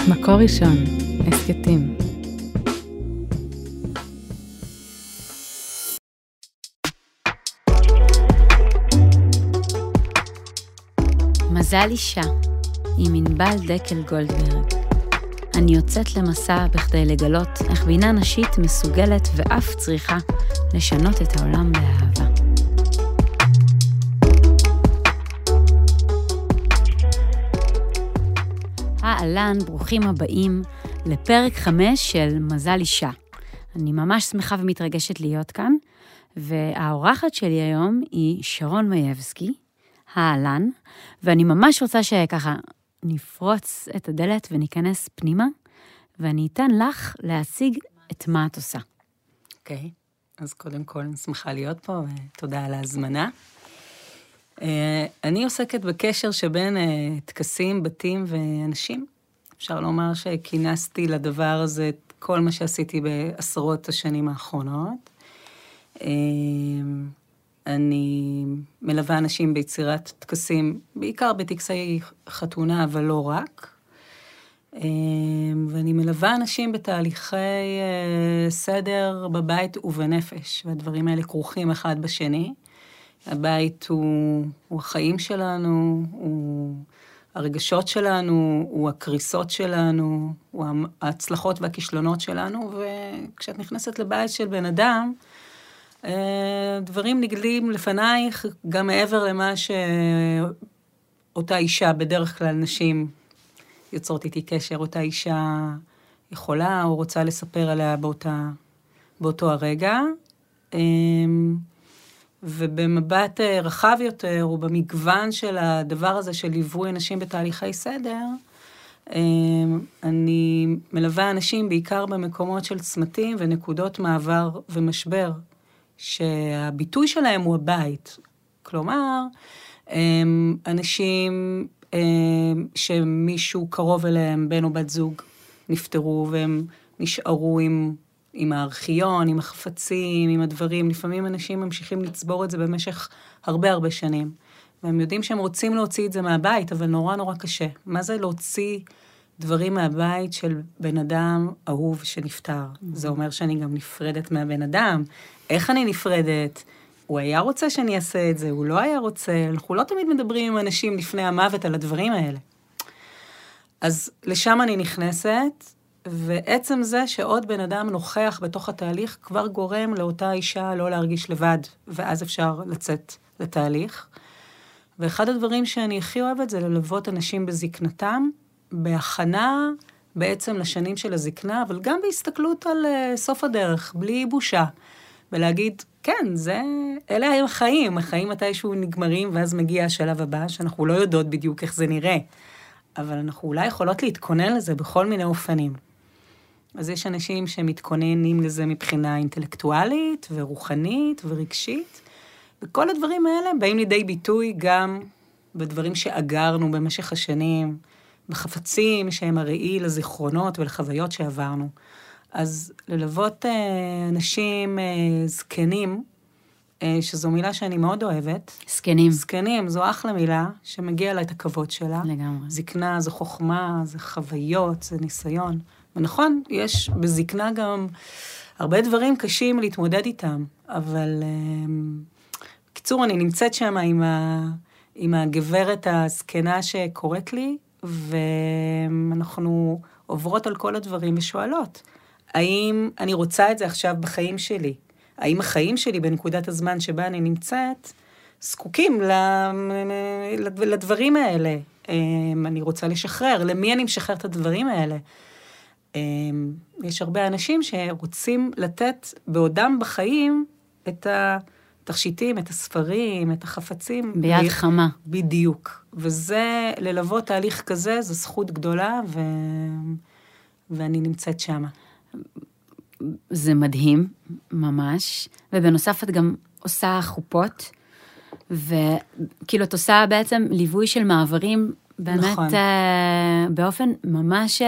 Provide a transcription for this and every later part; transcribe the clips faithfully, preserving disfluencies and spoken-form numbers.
מקור ראשון, הסקטים. מזל אישה, עם ענבל דקל גולדברג. אני יוצאת למסע בכדי לגלות איך בינה נשית מסוגלת ואף צריכה לשנות את העולם באהבה. אהלן, ברוכים הבאים לפרק חמש של מזל אישה. אני ממש שמחה ומתרגשת להיות כאן, והאורחת שלי היום היא שרון מייבסקי, אהלן, ואני ממש רוצה שככה נפרוץ את הדלת וניכנס פנימה, ואני אתן לך להציג את מה את עושה. אוקיי, okay. אז קודם כל אני שמחה להיות פה, ותודה על ההזמנה. Uh, אני עוסקת בקשר שבין uh, תקסים, בתים ואנשים. אפשר לומר שכינסתי לדבר הזה את כל מה שעשיתי בעשרות השנים האחרונות. Uh, אני מלווה אנשים ביצירת תקסים, בעיקר בטקסי חתונה, אבל לא רק. ואני מלווה אנשים בתהליכי סדר בבית ובנפש, והדברים האלה כרוכים אחד בשני. הבית הוא, הוא החיים שלנו, הוא הרגשות שלנו, הוא הקריסות שלנו, הוא ההצלחות והכישלונות שלנו, וכשאת נכנסת לבית של בן אדם, דברים נגלים לפנייך גם מעבר למה שאותה אישה, בדרך כלל נשים יוצרות איתי קשר, אותה אישה יכולה או רוצה לספר עליה באותה, באותו הרגע. ובמבט רחב יותר, ובמגוון של הדבר הזה של ליווי אנשים בתהליכי סדר, אני מלווה אנשים בעיקר במקומות של צמתים ונקודות מעבר ומשבר, שהביטוי שלהם הוא הבית. כלומר, אנשים שמישהו קרוב אליהם, בן או בת זוג, נפטרו והם נשארו עם, עם הארכיון, עם החפצים, עם הדברים. לפעמים אנשים ממשיכים לצבור את זה במשך הרבה הרבה שנים. והם יודעים שהם רוצים להוציא את זה מהבית, אבל נורא נורא קשה. מה זה להוציא דברים מהבית של בן אדם אהוב שנפטר? Mm-hmm. זה אומר שאני גם נפרדת מהבן אדם. איך אני נפרדת? הוא היה רוצה שאני אעשה את זה, הוא לא היה רוצה. אנחנו לא תמיד מדברים עם אנשים לפני המוות על הדברים האלה. אז לשם אני נכנסת, ועצם זה שעוד בן אדם נוכח בתוך התהליך, כבר גורם לאותה אישה לא להרגיש לבד, ואז אפשר לצאת לתהליך. ואחד הדברים שאני הכי אוהבת זה ללוות אנשים בזקנתם, בהכנה בעצם לשנים של הזקנה, אבל גם בהסתכלות על uh, סוף הדרך, בלי בושה. ולהגיד, כן, זה, אלה הם החיים, החיים מתישהו נגמרים, ואז מגיע השלב הבא, שאנחנו לא יודעות בדיוק איך זה נראה, אבל אנחנו אולי יכולות להתכונן לזה בכל מיני אופנים. אז יש אנשים שמתכוננים לזה מבחינה אינטלקטואלית, ורוחנית, ורגשית, וכל הדברים האלה באים לידי ביטוי גם בדברים שאגרנו במשך השנים, בחפצים שהם הראי לזיכרונות ולחוויות שעברנו. אז ללוות אנשים זקנים, שזו מילה שאני מאוד אוהבת. זקנים. זקנים, זו אחלה מילה, שמגיע לה את הכבוד שלה. לגמרי. זקנה, זו חוכמה, זה חוויות, זה ניסיון. ונכון, יש בזקנה גם הרבה דברים קשים להתמודד איתם, אבל בקיצור, אני נמצאת שם עם, ה, עם הגברת הזקנה שקוראת לי, ואנחנו עוברות על כל הדברים ושואלות. האם אני רוצה את זה עכשיו בחיים שלי? האם החיים שלי בנקודת הזמן שבה אני נמצאת, זקוקים לדברים האלה? אני רוצה לשחרר. למי אני משחרר את הדברים האלה? יש הרבה אנשים שרוצים לתת בעודם בחיים את התכשיטים, את הספרים, את החפצים. ביד חמה. בדיוק. וזה, ללוות תהליך כזה, זו זכות גדולה, ו... ואני נמצאת שמה. זה מדהים, ממש. ובנוסף את גם עושה חופות, וכאילו את עושה בעצם ליווי של מעברים, באמת נכון. באופן ממש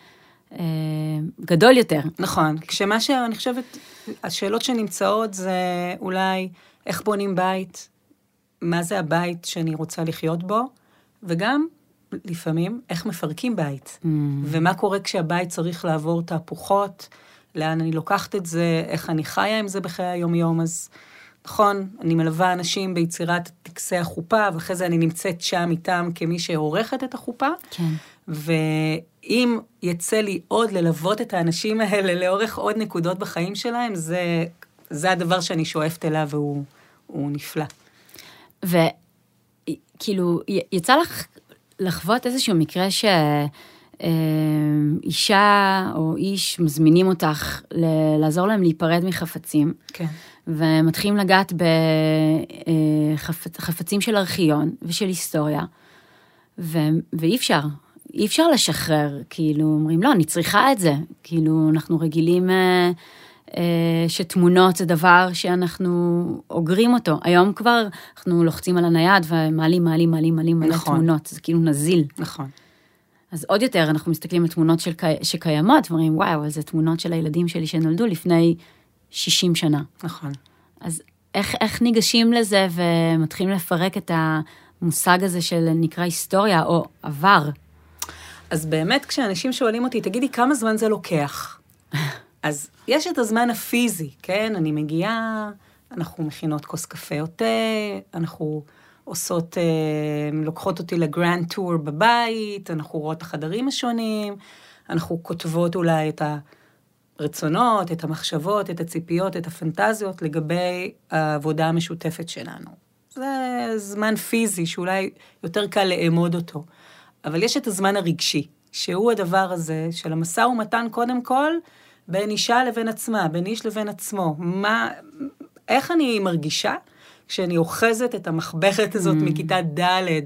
גדול יותר. נכון. כשמה שאני חושבת, השאלות שנמצאות זה אולי איך בונים בית, מה זה הבית שאני רוצה לחיות בו, וגם לפעמים איך מפרקים בית, mm. ומה קורה כשהבית צריך לעבור תהפוכות, לאן אני לוקחת את זה, איך אני חיה עם זה בחיי היום-יום, אז נכון, אני מלווה אנשים ביצירת טקסי החופה, ואחרי זה אני נמצאת שם איתם כמי שעורכת את החופה, כן. ואם יצא לי עוד ללוות את האנשים האלה לאורך עוד נקודות בחיים שלהם, זה, זה הדבר שאני שואפת אליו, והוא הוא נפלא. וכאילו, יצא לך לחוות איזשהו מקרה ש... אישה או איש מזמינים אותך לעזור להם להיפרד מחפצים, כן. ומתחילים לגעת בחפצים של ארכיון ושל היסטוריה, ואי אפשר, אי אפשר לשחרר, כאילו אומרים, לא, אני צריכה את זה, כאילו אנחנו רגילים שתמונות זה דבר שאנחנו אוגרים אותו, היום כבר אנחנו לוחצים על הנייד ומעלים, מעלים, מעלים, מעלים, מלא תמונות, זה כאילו נזיל. נכון. אז עוד יותר אנחנו מסתכלים על תמונות של, שקיימות, ואומרים, וואו, אבל זה תמונות של הילדים שלי שנולדו לפני שישים שנה. נכון. אז איך, איך ניגשים לזה ומתחילים לפרק את המושג הזה של נקרא היסטוריה או עבר? אז באמת כשאנשים שואלים אותי, תגידי כמה זמן זה לוקח? אז יש את הזמן הפיזי, כן? אני מגיעה, אנחנו מכינות כוס קפה או תה, אנחנו... עושות, לוקחות אותי לגרנד טור בבית, אנחנו רואות את החדרים השונים, אנחנו כותבות אולי את הרצונות, את המחשבות, את הציפיות, את הפנטזיות לגבי העבודה המשותפת שלנו. זה זמן פיזי שאולי יותר קל לאמוד אותו. אבל יש את הזמן הרגשי, שהוא הדבר הזה של המשא ומתן קודם כל, בין אישה לבין עצמה, בין איש לבין עצמו. מה, איך אני מרגישה? כשאני אוחזת את המחברת הזאת mm. מכיתה ד'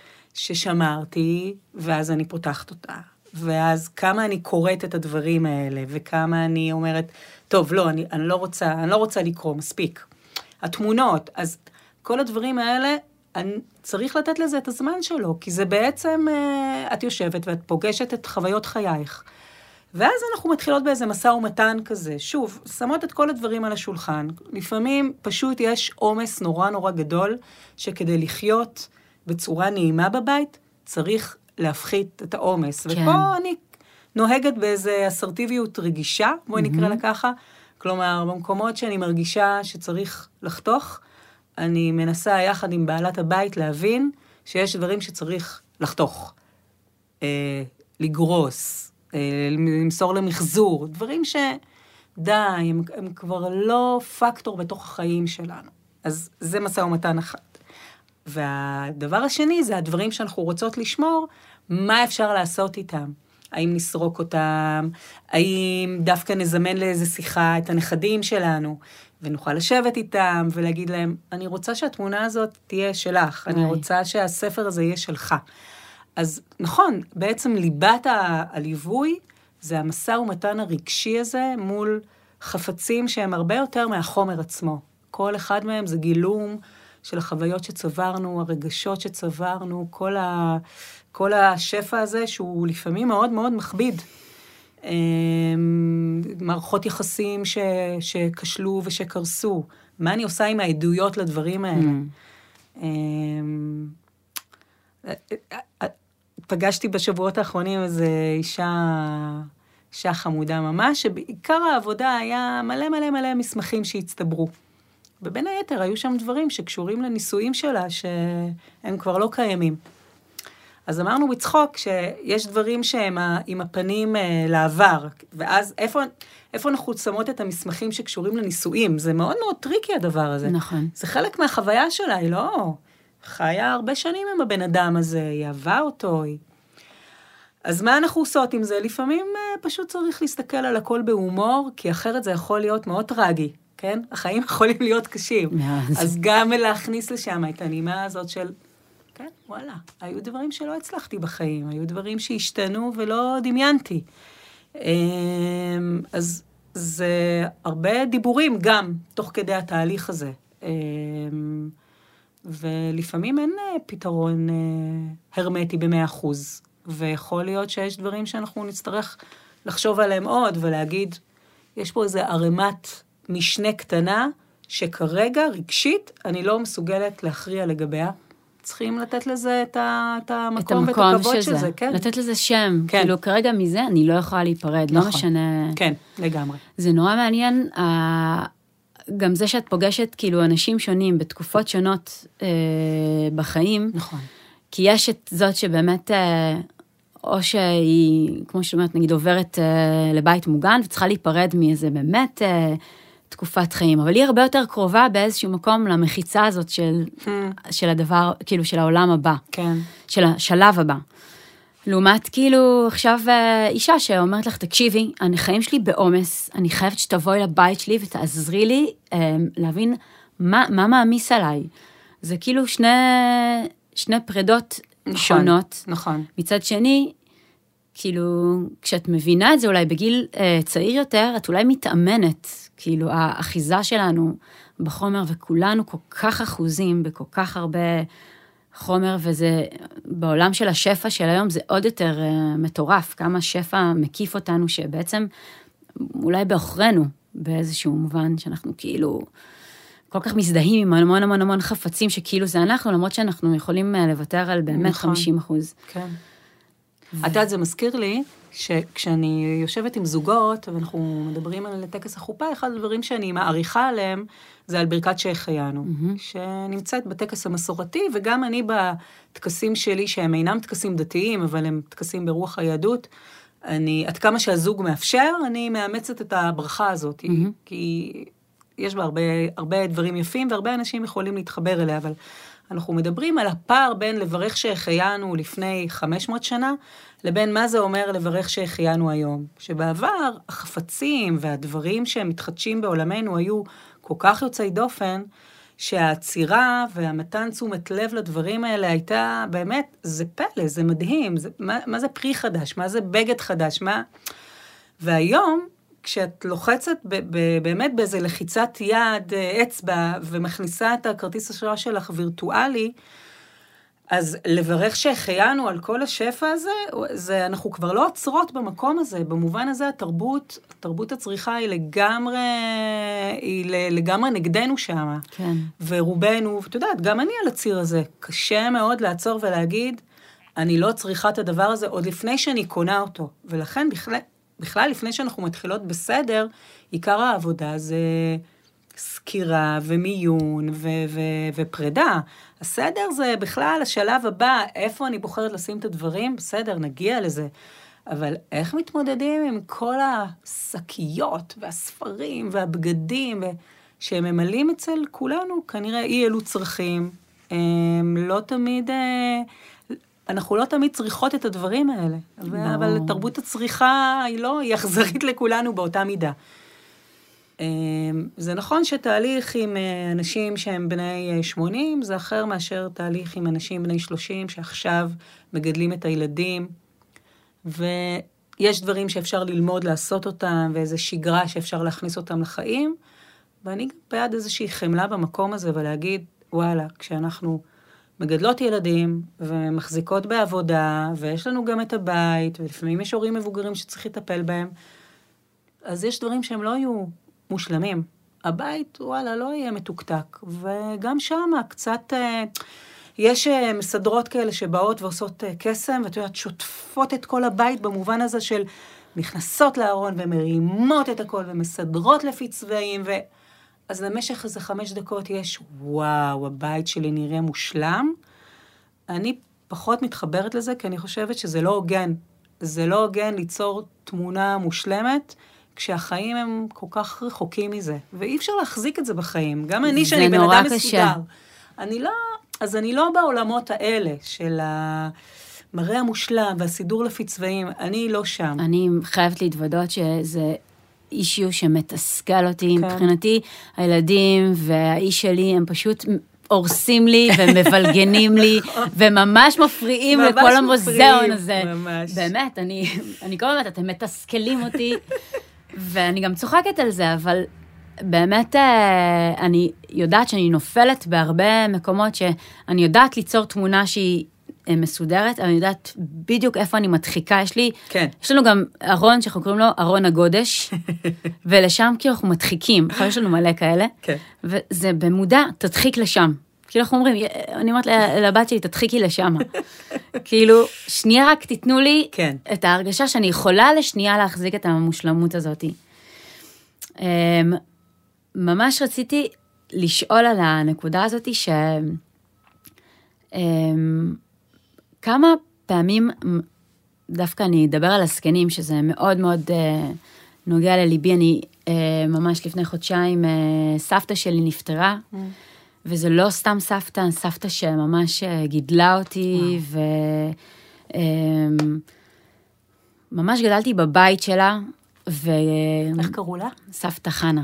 ששמרתי, ואז אני פותחת אותה. ואז כמה אני קוראת את הדברים האלה, וכמה אני אומרת, טוב, לא, אני, אני לא רוצה, אני לא רוצה לקרוא, מספיק. התמונות, אז כל הדברים האלה, אני צריך לתת לזה את הזמן שלו, כי זה בעצם, את יושבת ואת פוגשת את חוויות חייך. ואז אנחנו מתחילות באיזה מסע ומתן כזה. שוב, שמות את כל הדברים על השולחן. לפעמים פשוט יש עומס נורא נורא גדול, שכדי לחיות בצורה נעימה בבית, צריך להפחית את העומס. כן. ופה אני נוהגת באיזה אסרטיביות רגישה, בואי mm-hmm. נקרא לה ככה. כלומר, במקומות שאני מרגישה שצריך לחתוך, אני מנסה יחד עם בעלת הבית להבין שיש דברים שצריך לחתוך, אה, לגרוס, למסור למחזור, דברים שדי, הם, הם כבר לא פקטור בתוך החיים שלנו. אז זה משא ומתן אחד. והדבר השני זה הדברים שאנחנו רוצות לשמור, מה אפשר לעשות איתם? האם נסרוק אותם? האם דווקא נזמן לאיזו שיחה את הנכדים שלנו, ונוכל לשבת איתם ולהגיד להם, אני רוצה שהתמונה הזאת תהיה שלך, אני רוצה שהספר הזה יהיה שלך. אז נכון, בעצם ליבת הליווי, זה המשא ומתן הרגשי הזה, מול חפצים שהם הרבה יותר מהחומר עצמו. כל אחד מהם זה גילום של החוויות שצברנו, הרגשות שצברנו, כל, ה, כל השפע הזה, שהוא לפעמים מאוד מאוד מכביד. מערכות יחסים ש, שקשלו ושקרסו. מה אני עושה עם העדויות לדברים האלה? Mm. פגשתי בשבועות האחרונים איזו אישה, אישה חמודה ממש, שבעיקר העבודה היה מלא מלא מלא מסמכים שהצטברו. ובין היתר היו שם דברים שקשורים לניסויים שלה, שהם כבר לא קיימים. אז אמרנו בצחוק שיש דברים שהם עם הפנים לעבר, ואז איפה, איפה אנחנו שמות את המסמכים שקשורים לניסויים? זה מאוד מאוד טריקי הדבר הזה. נכון. זה חלק מהחוויה שלה, היא לא... חיה הרבה שנים עם הבן אדם הזה, היא אהבה אותו. היא... אז מה אנחנו עושות עם זה? לפעמים פשוט צריך להסתכל על הכל בהומור, כי אחרת זה יכול להיות מאוד טרגי, כן? החיים יכולים להיות קשים. אז גם להכניס לשם את הנימה הזאת של, כן, וואלה, היו דברים שלא הצלחתי בחיים, היו דברים שהשתנו ולא דמיינתי. אז זה הרבה דיבורים גם תוך כדי התהליך הזה. ולפעמים אין פתרון הרמטי במאה אחוז, ויכול להיות שיש דברים שאנחנו נצטרך לחשוב עליהם עוד, ולהגיד, יש פה איזו ערימת משנה קטנה, שכרגע רגשית אני לא מסוגלת להכריע לגביה, צריכים לתת לזה את, ה, את המקום, את המקום ואת הכבוד של שזה. זה, כן. לתת לזה שם. כן. כאילו, כרגע מזה אני לא יכולה להיפרד, נכון. לא משנה. כן, לגמרי. זה נורא מעניין, גם זה שאת פוגשת כאילו אנשים שונים בתקופות שונות אה, בחיים. נכון. כי יש את זאת שבאמת, אה, או שהיא, כמו שאת אומרת, נגיד עוברת אה, לבית מוגן, וצריכה להיפרד מאיזה באמת אה, תקופת חיים, אבל היא הרבה יותר קרובה באיזשהו מקום למחיצה הזאת של, hmm. של הדבר, כאילו של העולם הבא. כן. של השלב הבא. לעומת כאילו עכשיו אישה שאומרת לך, תקשיבי, החיים שלי בעומס, אני חייבת שתבואי לבית שלי ותעזרי לי אה, להבין מה, מה מעמיס עליי. זה כאילו שני, שני פרדות נכון, שונות. נכון. מצד שני, כאילו, כשאת מבינה את זה אולי בגיל אה, צעיר יותר, את אולי מתאמנת, כאילו, האחיזה שלנו בחומר, וכולנו כל כך אחוזים, בכל כך הרבה חומר, וזה, בעולם של השפע של היום, זה עוד יותר אה, מטורף, כמה שפע מקיף אותנו, שבעצם, אולי באוכרנו, באיזשהו מובן, שאנחנו כאילו, כל כך מזדהים עם המון המון המון חפצים, שכאילו זה אנחנו, למרות שאנחנו יכולים לוותר על באמת נכון. חמישים אחוז. כן. את יודעת, זה מזכיר לי, שכשאני יושבת עם זוגות, ואנחנו מדברים על טקס החופה, אחד הדברים שאני מעריכה עליהם, זה על ברכת שהחיינו, mm-hmm. שנמצאת בטקס המסורתי, וגם אני בטקסים שלי, שהם אינם טקסים דתיים, אבל הם טקסים ברוח היהדות, אני, עד כמה שהזוג מאפשר, אני מאמצת את הברכה הזאת, mm-hmm. כי יש בה הרבה, הרבה דברים יפים, והרבה אנשים יכולים להתחבר אליה, אבל אנחנו מדברים על הפער בין לברך שהחיינו לפני חמש מאות שנה, לבין מה זה אומר לברך שהחיינו היום. שבעבר החפצים והדברים שהם מתחדשים בעולמנו היו כל כך יוצאי דופן, שהעצירה והמתן תשומת לב לדברים האלה הייתה באמת, זה פלא, זה מדהים, זה, מה, מה זה פרי חדש, מה זה בגד חדש, מה... והיום, כשאת לוחצת ב- ב- באמת באיזה לחיצת יד, אצבע, ומכניסה את הכרטיס אשראי שלך וירטואלי, אז לברך שהחיינו על כל השפע הזה, זה, אנחנו כבר לא עוצרות במקום הזה. במובן הזה התרבות, התרבות הצריכה היא לגמרי, היא לגמרי נגדנו שם. כן. ורובנו, ואת יודעת, גם אני על הציר הזה, קשה מאוד לעצור ולהגיד, אני לא צריכה את הדבר הזה עוד לפני שאני קונה אותו. ולכן בכלל, בכלל לפני שאנחנו מתחילות בסדר, עיקר העבודה זה סקירה ומיון ו- ו- ופרידה. הסדר זה בכלל השלב הבא, איפה אני בוחרת לשים את הדברים, בסדר, נגיע לזה. אבל איך מתמודדים עם כל השקיות והספרים והבגדים ו- שהם ממלאים אצל כולנו? כנראה אי אלו צרכים. הם לא תמיד... אנחנו לא תמיד צריכות את הדברים האלה, no. אבל תרבות הצריכה היא לא, היא אכזרית לכולנו באותה מידה. זה נכון שתהליך עם אנשים שהם בני שמונים, זה אחר מאשר תהליך עם אנשים בני שלושים, שעכשיו מגדלים את הילדים, ויש דברים שאפשר ללמוד לעשות אותם, ואיזו שגרה שאפשר להכניס אותם לחיים, ואני גם בעד איזושהי חמלה במקום הזה, ולהגיד, וואלה, כשאנחנו מגדלות ילדים, ומחזיקות בעבודה, ויש לנו גם את הבית, ולפעמים יש הורים מבוגרים שצריך לטפל בהם, אז יש דברים שהם לא יהיו מושלמים. הבית, וואלה, לא יהיה מתוקתק, וגם שם קצת, יש מסדרות כאלה שבאות ועושות קסם, ואת יודעת, שוטפות את כל הבית במובן הזה של נכנסות לארון, ומרימות את הכל, ומסדרות לפי צבעים, ו... אז למשך איזה חמש דקות יש, וואו, הבית שלי נראה מושלם. אני פחות מתחברת לזה, כי אני חושבת שזה לא הוגן. זה לא הוגן ליצור תמונה מושלמת, כשהחיים הם כל כך רחוקים מזה. ואי אפשר להחזיק את זה בחיים. גם אני, שאני בן אדם מסודר. אני לא, אז אני לא בעולמות האלה, של המראה המושלם והסידור לפי צבעים. אני לא שם. אני חייבת להתוודות שזה... אישיו שמתסכל אותי, כן. מבחינתי, הילדים והאיש שלי, הם פשוט הורסים לי ומבלגנים לי, וממש מפריעים ממש לכל המוזיאון הזה. ממש. באמת, אני, אני כל הזמן, אתם מתסכלים אותי, ואני גם צוחקת על זה, אבל באמת, אני יודעת שאני נופלת בהרבה מקומות, שאני יודעת ליצור תמונה שהיא, מסודרת, אבל אני יודעת בדיוק איפה אני מדחיקה, יש לי, כן. יש לנו גם ארון שאנחנו קוראים לו ארון הגודש, ולשם כאילו אנחנו מדחיקים, עכשיו יש לנו מלא כאלה, כן. וזה במודע, תדחיק לשם, כאילו אנחנו אומרים, אני אומרת לבת שלי, תדחיקי לשם. כאילו, שנייה רק תיתנו לי כן. את ההרגשה שאני יכולה לשנייה להחזיק את המושלמות הזאת. ממש רציתי לשאול על הנקודה הזאת, שכמה פעמים, דווקא אני אדבר על הסקנים, שזה מאוד מאוד נוגע לליבי, אני ממש לפני חודשיים, סבתא שלי נפטרה, mm. וזה לא סתם סבתא, סבתא שממש גידלה אותי, וממש גדלתי בבית שלה, ו... איך קראו לה? סבתא חנה.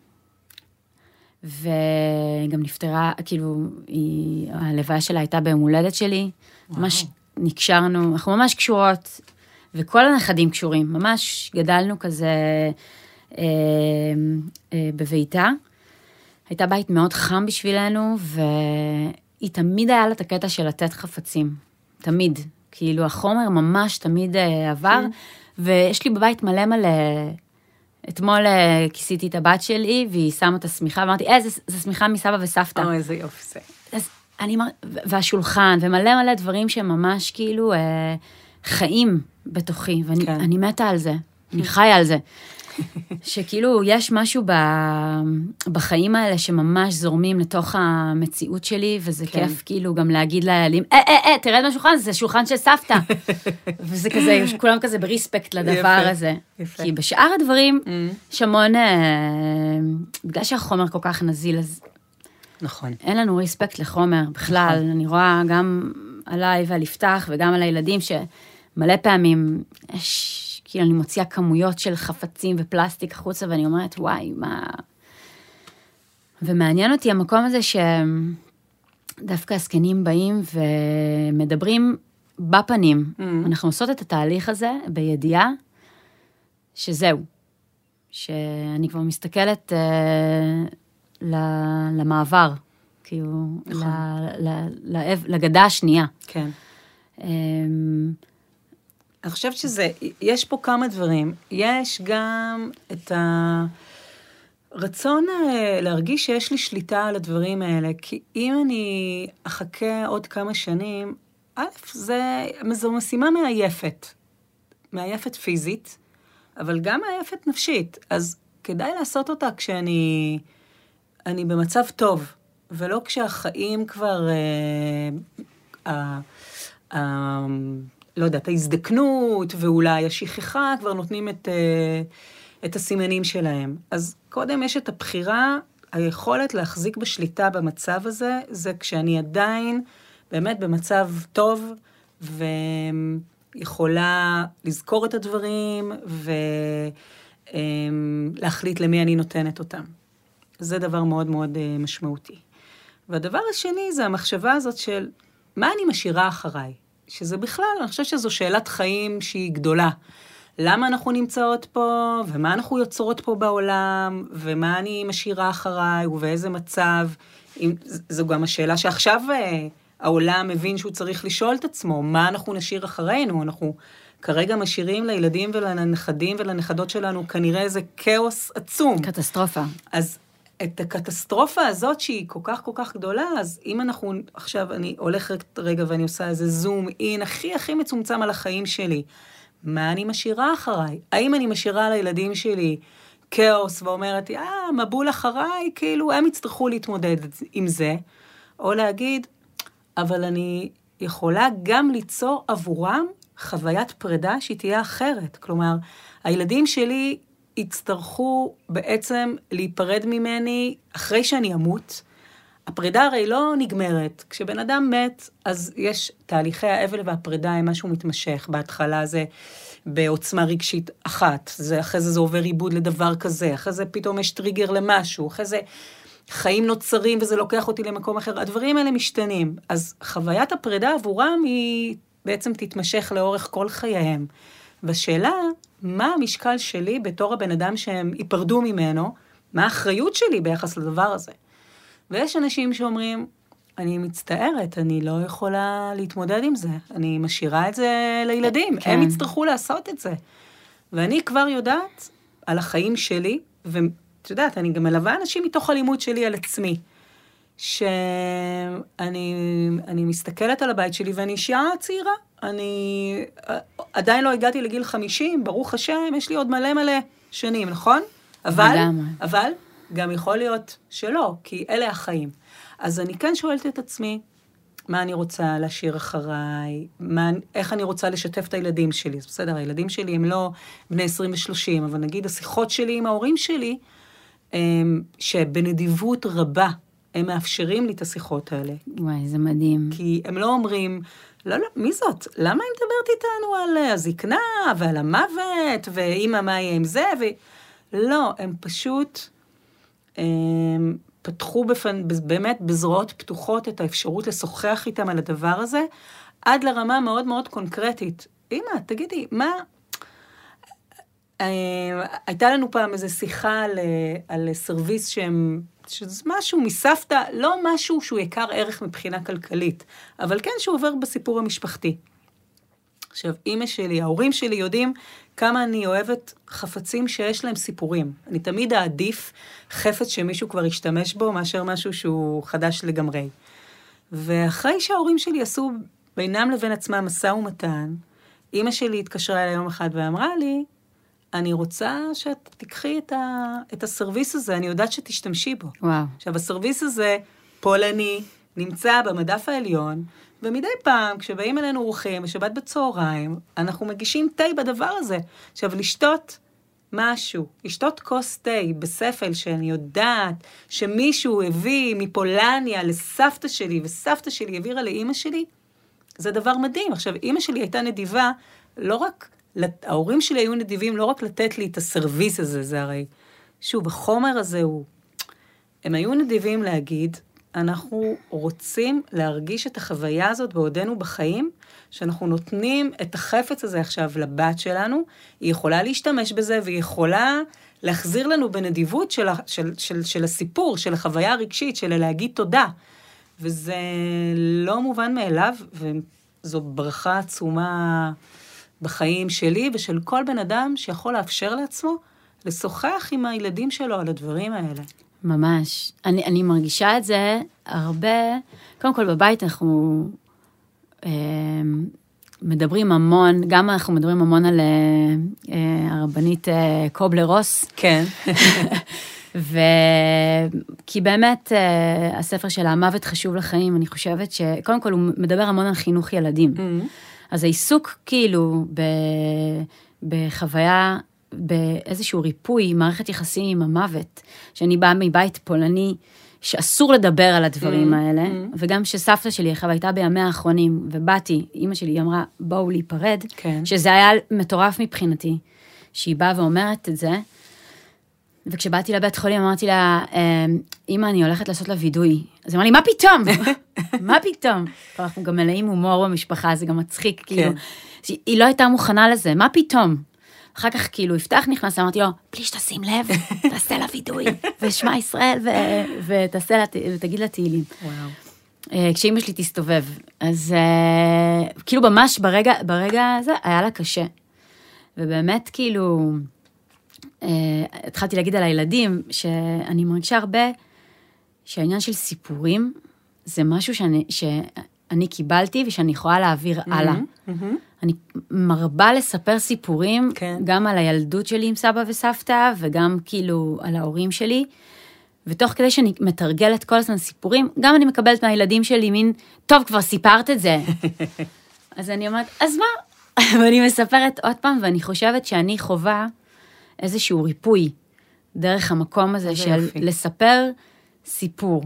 וגם נפטרה, כאילו, היא, הלוויה שלה הייתה ביום הולדת שלי, וואו. ממש נקשרנו, אנחנו ממש קשורות, וכל הנכדים קשורים, ממש גדלנו כזה אה, אה, בביתה. הייתה בית מאוד חם בשבילנו, והיא תמיד היה לה את הקטע של לתת חפצים. תמיד. כאילו, החומר ממש תמיד אה, עבר, ויש לי בבית מלא מלא... אתמול כיסיתי את הבת שלי, והיא שמה את השמיכה, ואמרתי, אה, זה, זה שמיכה מסבא וסבתא. או, איזה יופי זה. אז אני, והשולחן, ומלא מלא דברים שממש כאילו אה, חיים בתוכי, ואני כן. אני מתה על זה, אני חיה על זה. שכאילו יש משהו ב, בחיים האלה שממש זורמים לתוך המציאות שלי, וזה כן. כיף כאילו גם להגיד לילדים, אה, אה, אה, תרד מהשולחן, זה שולחן של סבתא. וזה כזה, כולם כזה בריספקט לדבר יפה, הזה. יפה. כי בשאר הדברים, mm. שמון, אה, בגלל שהחומר כל כך נזיל, אז נכון. אין לנו ריספקט לחומר בכלל. נכון. אני רואה גם עליי ועל יפתח, וגם על הילדים שמלא פעמים יש... כאילו אני מוציאה כמויות של חפצים ופלסטיק החוצה, ואני אומרת, וואי, מה... ומעניין אותי המקום הזה שדווקא הזקנים באים ומדברים בפנים. Mm. אנחנו עושות את התהליך הזה בידיעה שזהו. שאני כבר מסתכלת uh, למעבר, כאילו, נכון. לגדה השנייה. כן. Um, אני חושבת שזה, יש פה כמה דברים. יש גם את הרצון להרגיש שיש לי שליטה על הדברים האלה, כי אם אני אחכה עוד כמה שנים, א', זה, זו משימה מעייפת. מעייפת פיזית, אבל גם מעייפת נפשית. אז כדאי לעשות אותה כשאני אני במצב טוב, ולא כשהחיים כבר... אה, אה, אה, לא יודעת, ההזדקנות, ואולי השכחה, כבר נותנים את, את הסימנים שלהם. אז קודם יש את הבחירה, היכולת להחזיק בשליטה במצב הזה, זה כשאני עדיין באמת במצב טוב, ויכולה לזכור את הדברים, ולהחליט למי אני נותנת אותם. זה דבר מאוד מאוד משמעותי. והדבר השני זה המחשבה הזאת של, מה אני משאירה אחריי? שזה בכלל, אני חושבת שזו שאלת חיים שהיא גדולה. למה אנחנו נמצאות פה, ומה אנחנו יוצרות פה בעולם, ומה אני משאירה אחריי, ובאיזה מצב. זו גם השאלה שעכשיו העולם מבין שהוא צריך לשאול את עצמו, מה אנחנו נשאיר אחרינו. אנחנו כרגע משאירים לילדים ולנכדים ולנכדות שלנו כנראה איזה כאוס עצום. קטסטרופה. אז את הקטסטרופה הזאת שהיא כל כך כל כך גדולה, אז אם אנחנו, עכשיו אני הולכת רגע ואני עושה איזה זום אין הכי הכי מצומצם על החיים שלי, מה אני משאירה אחריי? האם אני משאירה לילדים שלי כאוס ואומרת, אה, מבול אחריי, כאילו הם יצטרכו להתמודד עם זה, או להגיד, אבל אני יכולה גם ליצור עבורם חוויית פרידה שהיא תהיה אחרת. כלומר, הילדים שלי יצטרכו בעצם להיפרד ממני אחרי שאני אמות. הפרידה הרי לא נגמרת. כשבן אדם מת, אז יש תהליכי האבל והפרידה הם משהו מתמשך. בהתחלה זה בעוצמה רגשית אחת. זה, אחרי זה זה עובר עיבוד לדבר כזה. אחרי זה פתאום יש טריגר למשהו. אחרי זה חיים נוצרים וזה לוקח אותי למקום אחר. הדברים האלה משתנים. אז חוויית הפרידה עבורם היא בעצם תתמשך לאורך כל חייהם. והשאלה, מה המשקל שלי בתור הבן אדם שהם ייפרדו ממנו, מה האחריות שלי ביחס לדבר הזה? ויש אנשים שאומרים, אני מצטערת, אני לא יכולה להתמודד עם זה, אני משאירה את זה לילדים, כן. הם יצטרכו לעשות את זה. ואני כבר יודעת על החיים שלי, ואת יודעת, אני גם מלווה אנשים מתוך הלימוד שלי על עצמי, שאני אני מסתכלת על הבית שלי, ואני אישה צעירה. אני עדיין לא הגעתי לגיל חמישים, ברוך השם, יש לי עוד מלא מלא שנים, נכון? אבל, אבל גם יכול להיות שלא, כי אלה החיים. אז אני כן שואלת את עצמי, מה אני רוצה להשאיר אחריי, מה, איך אני רוצה לשתף את הילדים שלי. אז בסדר, הילדים שלי הם לא בני עשרים ושלושים, אבל נגיד השיחות שלי עם ההורים שלי, שבנדיבות רבה, הם מאפשרים לי את השיחות האלה. וואי, זה מדהים. כי הם לא אומרים, לא, לא, מי זאת? למה היא מדברת איתנו על הזקנה ועל המוות, ואמא מה יהיה עם זה? ו... לא, הם פשוט הם פתחו בפן, באמת בזרועות פתוחות את האפשרות לשוחח איתם על הדבר הזה, עד לרמה מאוד מאוד קונקרטית. אמא, תגידי, מה... הייתה לנו פעם איזו שיחה על, על סרוויס שהם, שזה משהו מסבתא, לא משהו שהוא יקר ערך מבחינה כלכלית, אבל כן שהוא עובר בסיפור המשפחתי. עכשיו, אמא שלי, ההורים שלי יודעים כמה אני אוהבת חפצים שיש להם סיפורים. אני תמיד אעדיף חפץ שמישהו כבר ישתמש בו, מאשר משהו שהוא חדש לגמרי. ואחרי שההורים שלי עשו בינם לבין עצמם משא ומתן, אמא שלי התקשרה אליי יום אחד ואמרה לי, אני רוצה שאת תקחי את, ה, את הסרוויס הזה, אני יודעת שתשתמשי בו. וואו. עכשיו, הסרוויס הזה, פולני, נמצא במדף העליון, ומדי פעם, כשבאים אלינו אורחים, בשבת בצהריים, אנחנו מגישים תה בדבר הזה. עכשיו, לשתות משהו, לשתות כוס תה בספל שאני יודעת שמישהו הביא מפולניה לסבתא שלי, וסבתא שלי העבירה לאמא שלי, זה דבר מדהים. עכשיו, אמא שלי הייתה נדיבה, לא רק... ההורים שלי היו נדיבים לא רק לתת לי את הסרוויס הזה, זה הרי, שוב, החומר הזה הוא, הם היו נדיבים להגיד, אנחנו רוצים להרגיש את החוויה הזאת בעודנו בחיים, שאנחנו נותנים את החפץ הזה עכשיו לבת שלנו, היא יכולה להשתמש בזה, והיא יכולה להחזיר לנו בנדיבות של, של, של, של הסיפור, של החוויה הרגשית, של להגיד תודה. וזה לא מובן מאליו, וזו ברכה עצומה בחיים שלי ושל כל בן אדם שיכול לאפשר לעצמו לשוחח עם הילדים שלו על הדברים האלה. ממש. אני, אני מרגישה את זה הרבה, קודם כל בבית אנחנו אה, מדברים המון, גם אנחנו מדברים המון על אה, הרבנית אה, קובלר רוס. כן. וכי באמת אה, הספר של המוות חשוב לחיים, אני חושבת שקודם כל הוא מדבר המון על חינוך ילדים. Mm-hmm. אז העיסוק כאילו ב, בחוויה, באיזשהו ריפוי, מערכת יחסים עם המוות, שאני באה מבית פולני, שאסור לדבר על הדברים mm-hmm. האלה, mm-hmm. וגם שסבתא שלי עכשיו הייתה בימי האחרונים, ובאתי, אמא שלי אמרה, בואו להיפרד, כן. שזה היה מטורף מבחינתי, שהיא באה ואומרת את זה, וכשבאתי לבית חולים, אמרתי לה, אמא, אני הולכת לעשות לה וידוי. אז אמרה לי, מה פתאום? מה פתאום? אנחנו גם מלאים הומור במשפחה, זה גם מצחיק, כאילו. היא לא הייתה מוכנה לזה, מה פתאום? אחר כך, כאילו, יפתח נכנס, אמרתי לו, בלי שתשים לב, תעשה לה וידוי, ושמע ישראל, ותגיד לה תהילים. כשאמא שלי תסתובב. אז כאילו, ממש ברגע הזה, היה לה קשה. ובאמת, כאילו... Uh, התחלתי להגיד על הילדים, שאני מרגישה הרבה, שהעניין של סיפורים, זה משהו שאני, שאני קיבלתי, ושאני יכולה להעביר mm-hmm, הלאה. Mm-hmm. אני מרבה לספר סיפורים, כן. גם על הילדות שלי עם סבא וסבתא, וגם כאילו על ההורים שלי, ותוך כדי שאני מתרגלת כל הזמן סיפורים, גם אני מקבלת מהילדים שלי מין, טוב, כבר סיפרת את זה. אז אני אומרת, אז מה? ואני מספרת עוד פעם, ואני חושבת שאני חובה, איזשהו ריפוי דרך המקום הזה של יפי. לספר סיפור.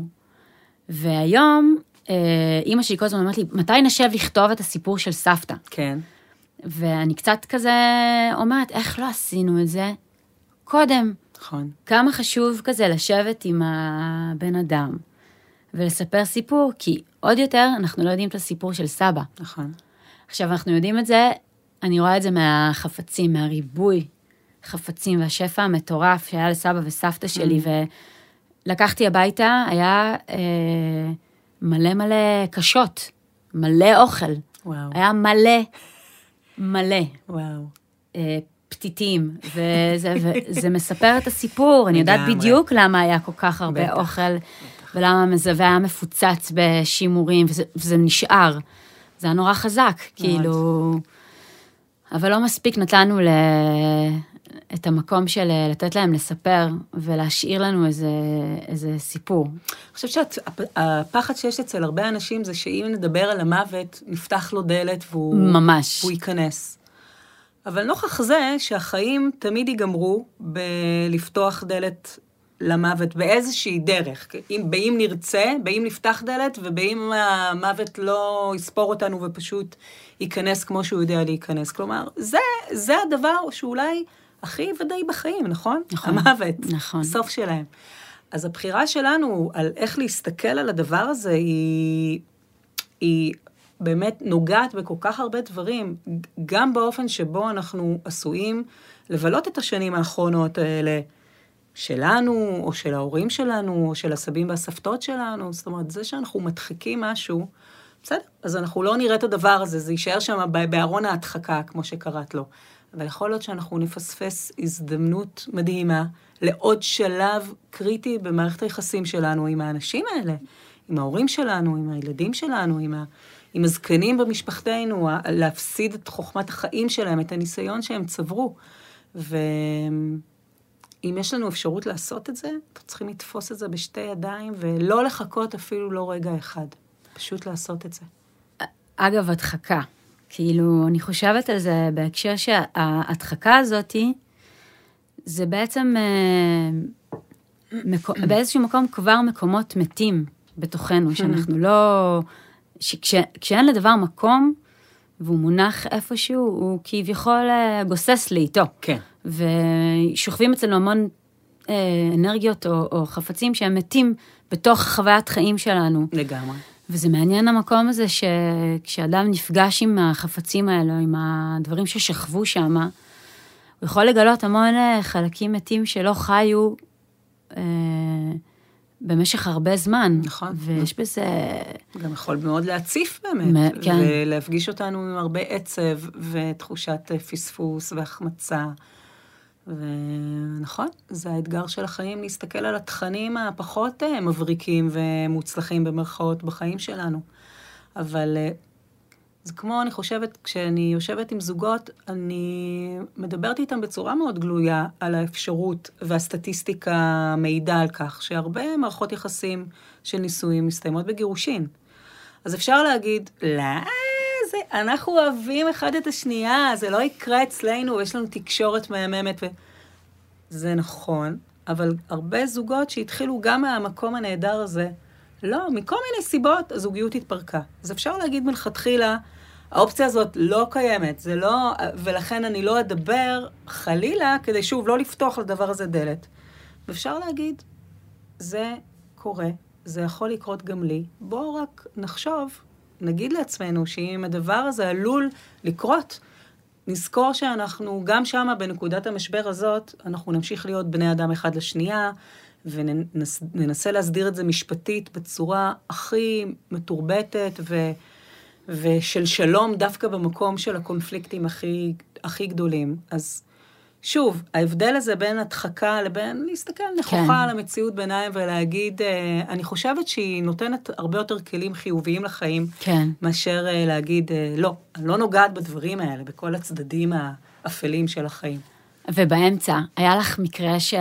והיום, אמא שלי כל הזמן אומרת לי, מתי נשב לכתוב את הסיפור של סבתא? כן. ואני קצת כזה אומרת, איך לא עשינו את זה? קודם. נכון. כמה חשוב כזה לשבת עם הבן אדם ולספר סיפור, כי עוד יותר אנחנו לא יודעים את הסיפור של סבא. נכון. עכשיו אנחנו יודעים את זה, אני רואה את זה מהחפצים, מהריבוי, חפצים והשפע המטורף שהיה לסבא וסבתא שלי, ולקחתי הביתה, היה אה, מלא מלא קשות, מלא אוכל. וואו. היה מלא, מלא. וואו. אה, פתיתים, וזה, וזה מספר את הסיפור, אני יודעת בדיוק למה היה כל כך הרבה אוכל, ולמה המזווה היה מפוצץ בשימורים, וזה, וזה נשאר. זה היה נורא חזק, כאילו... אבל לא מספיק נתנו ל... את המקום של לתת להם לספר, ולהשאיר לנו איזה, איזה סיפור. אני חושבת שהפחד שיש אצל הרבה אנשים, זה שאם נדבר על המוות, נפתח לו דלת והוא... ממש. והוא ייכנס. אבל נוכח זה שהחיים תמיד ייגמרו בלפתוח דלת למוות באיזושהי דרך. אם, באם נרצה, באם נפתח דלת, ובאם המוות לא יספור אותנו ופשוט ייכנס כמו שהוא יודע להיכנס. כלומר, זה, זה הדבר שאולי הכי ודאי בחיים, נכון? נכון. המוות. נכון. הסוף שלהם. אז הבחירה שלנו על איך להסתכל על הדבר הזה היא, היא באמת נוגעת בכל כך הרבה דברים, גם באופן שבו אנחנו עשויים לבלות את השנים האחרונות האלה, שלנו, או של ההורים שלנו, או של הסבים והסבתות שלנו. זאת אומרת, זה שאנחנו מדחיקים משהו, בסדר, אז אנחנו לא נראה את הדבר הזה, זה יישאר שם בארון ההדחקה, כמו שקראת לו. אבל יכול להיות שאנחנו נפספס הזדמנות מדהימה לעוד שלב קריטי במערכת היחסים שלנו עם האנשים האלה, עם ההורים שלנו, עם הילדים שלנו, עם, ה... עם הזקנים במשפחתנו, להפסיד את חוכמת החיים שלהם, את הניסיון שהם צברו. ו... אם יש לנו אפשרות לעשות את זה, אנחנו צריכים לתפוס את זה בשתי ידיים, ולא לחכות אפילו לא רגע אחד. פשוט לעשות את זה. אגב, הדחקה. כאילו, אני חושבת על זה בהקשר שההדחקה הזאת, זה בעצם מקו, באיזשהו מקום כבר מקומות מתים בתוכנו, שאנחנו לא... שכש, כשאין לדבר מקום, והוא מונח איפשהו, הוא כביכול גוסס לי איתו. כן. ושוכבים אצלנו המון אה, אנרגיות או, או חפצים שהם מתים בתוך חוויית חיים שלנו. לגמרי. וזה מעניין המקום הזה שכשאדם נפגש עם החפצים האלו, עם הדברים ששכבו שם, הוא יכול לגלות המון חלקים מתים שלא חיו אה, במשך הרבה זמן. נכון. ויש בזה... גם יכול מאוד להציף באמת. כן. ולהפגיש אותנו עם הרבה עצב ותחושת פספוס והחמצה. ונכון, זה האתגר של החיים, להסתכל על התכנים הפחות מבריקים ומוצלחים במרכאות בחיים שלנו. אבל זה כמו, אני חושבת, כשאני יושבת עם זוגות, אני מדברת איתם בצורה מאוד גלויה על האפשרות, והסטטיסטיקה מעידה על כך, שהרבה מערכות יחסים של נישואים מסתיימות בגירושין. אז אפשר להגיד, לא, זה, אנחנו אוהבים אחד את השנייה, זה לא יקרה אצלנו, ויש לנו תקשורת מהממת, ו... זה נכון, אבל הרבה זוגות שהתחילו גם מהמקום הנהדר הזה, לא, מכל מיני סיבות, הזוגיות התפרקה. אז אפשר להגיד מלכתחילה, האופציה הזאת לא קיימת, זה לא, ולכן אני לא אדבר חלילה, כדי שוב לא לפתוח לדבר הזה דלת. ואפשר להגיד, זה קורה, זה יכול לקרות גם לי, בואו רק נחשוב, נגיד לעצמנו שאם הדבר הזה עלול לקרות, נזכור שאנחנו גם שמה בנקודת המשבר הזאת, אנחנו נמשיך להיות בני אדם אחד לשנייה, וננסה להסדיר את זה משפטית בצורה הכי מתורבתת ו, ושל שלום דווקא במקום של הקונפליקטים הכי, הכי גדולים. אז שוב, ההבדל הזה בין הדחקה לבין להסתכל נכוחה כן. על המציאות בעיניים ולהגיד, אני חושבת שהיא נותנת הרבה יותר כלים חיוביים לחיים, כן. מאשר להגיד, לא, אני לא נוגעת בדברים האלה, בכל הצדדים האפלים של החיים. ובאמצע, היה לך מקרה ש...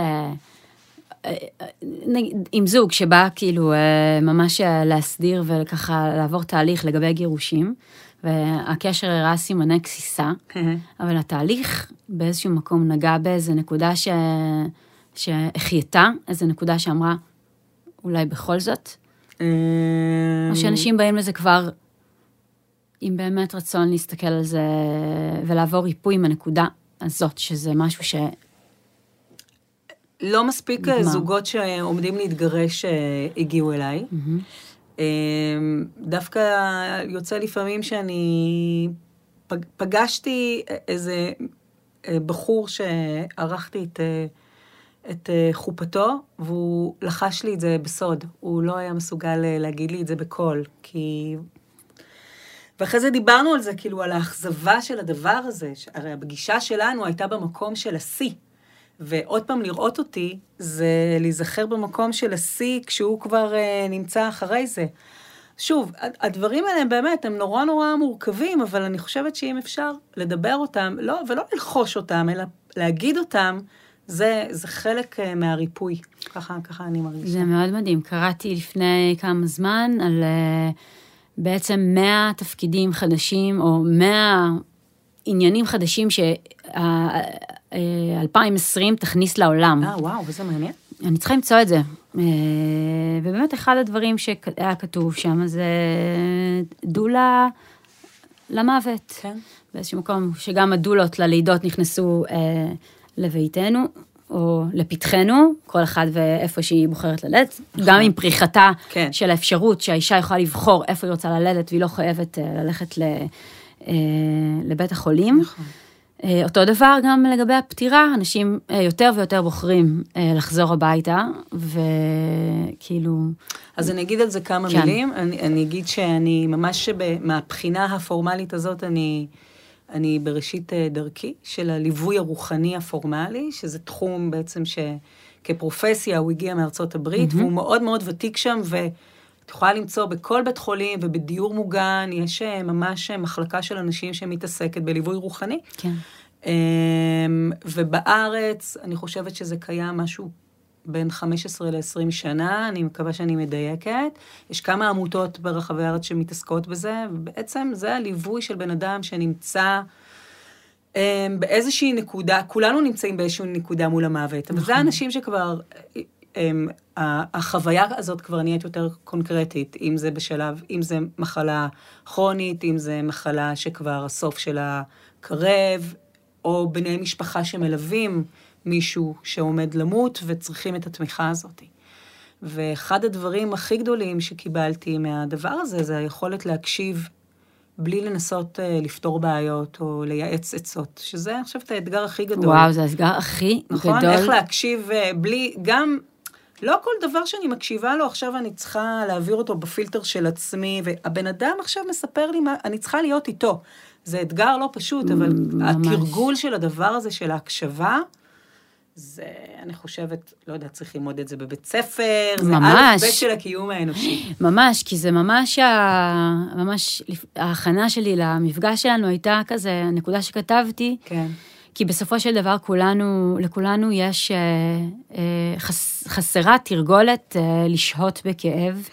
עם זוג שבא כאילו ממש להסדיר וככה לעבור תהליך לגבי גירושים, והקשר הראה סימני גסיסה, אבל התהליך באיזשהו מקום נגע באיזו נקודה ש... שהחייתה, איזו נקודה שאמרה, אולי בכל זאת, או שאנשים באים לזה כבר, עם באמת רצון להסתכל על זה, ולעבור ריפוי עם הנקודה הזאת, שזה משהו ש... לא מספיק זוגות שעומדים להתגרש הגיעו אליי. דווקא יוצא לפעמים שאני פגשתי איזה בחור שערכתי את, את חופתו, והוא לחש לי את זה בסוד. הוא לא היה מסוגל להגיד לי את זה בקול, כי... ואחרי זה דיברנו על זה, כאילו על האכזבה של הדבר הזה. הרי הפגישה שלנו הייתה במקום של השיא. ועוד פעם לראות אותי, זה להיזכר במקום של השיא, כשהוא כבר uh, נמצא אחרי זה. שוב, הדברים האלה הם באמת, הם נורא נורא מורכבים, אבל אני חושבת שאם אפשר לדבר אותם, לא, ולא ללחוש אותם, אלא להגיד אותם, זה, זה חלק uh, מהריפוי. ככה, ככה אני מרגישה. זה מאוד מדהים. קראתי לפני כמה זמן על uh, בעצם מאה תפקידים חדשים, או מאה עניינים חדשים ש-אלפיים ועשרים תכניס לעולם. אה, וואו, וזה מעניין. אני צריכה למצוא את זה. ובאמת אחד הדברים שהיה כתוב שם, זה דולה למוות. כן. באיזשהו מקום שגם הדולות ללידות נכנסו לביתנו, או לפתחנו, כל אחד ואיפה שהיא בוחרת ללדת, גם עם פריחתה כן. של האפשרות שהאישה יכולה לבחור איפה היא רוצה ללדת, והיא לא חייבת ללכת ל... לבית החולים. נכון. אותו דבר גם לגבי הפטירה, אנשים יותר ויותר בוחרים לחזור הביתה, וכאילו... אז אני אגיד על זה כמה כן. מילים, אני, אני אגיד שאני ממש מהבחינה הפורמלית הזאת, אני, אני בראשית דרכי של הליווי הרוחני הפורמלי, שזה תחום בעצם שכפרופסיה הוא הגיע מארצות הברית, mm-hmm. והוא מאוד מאוד ותיק שם, ו... את יכולה למצוא בכל בית חולים ובדיור מוגן, יש ממש מחלקה של אנשים שמתעסקת בליווי רוחני. כן. ובארץ, אני חושבת שזה קיים משהו בין חמש עשרה לעשרים שנה, אני מקווה שאני מדייקת. יש כמה עמותות ברחבי הארץ שמתעסקות בזה, ובעצם זה הליווי של בן אדם שנמצא באיזושהי נקודה, כולנו נמצאים באיזושהי נקודה מול המוות, אבל זה אנשים שכבר... החוויה הזאת כבר נהיית יותר קונקרטית, אם זה בשלב, אם זה מחלה כרונית, אם זה מחלה שכבר הסוף שלה קרב, או בני משפחה שמלווים מישהו שעומד למות וצריכים את התמיכה הזאת. ואחד הדברים הכי גדולים שקיבלתי מהדבר הזה, זה היכולת להקשיב בלי לנסות לפתור בעיות או לייעץ עצות, שזה, אני חושבת, האתגר הכי גדול. וואו, זה האתגר הכי נכון? גדול. איך להקשיב בלי, גם... לא כל דבר שאני מקשיבה לו, עכשיו אני צריכה להעביר אותו בפילטר של עצמי, והבן אדם עכשיו מספר לי מה, אני צריכה להיות איתו. זה אתגר לא פשוט, אבל ממש. התרגול של הדבר הזה, של ההקשבה, זה, אני חושבת, לא יודע, צריך ללמוד את זה בבית ספר, זה א' ב' של הקיום האנושי. ממש, כי זה ממש, ה... ממש, ההכנה שלי למפגש שלנו הייתה כזה, הנקודה שכתבתי, כן. כי בסופו של דבר כולנו, לכולנו יש אה, אה, חס, חסרה תרגולת אה, לשהות בכאב,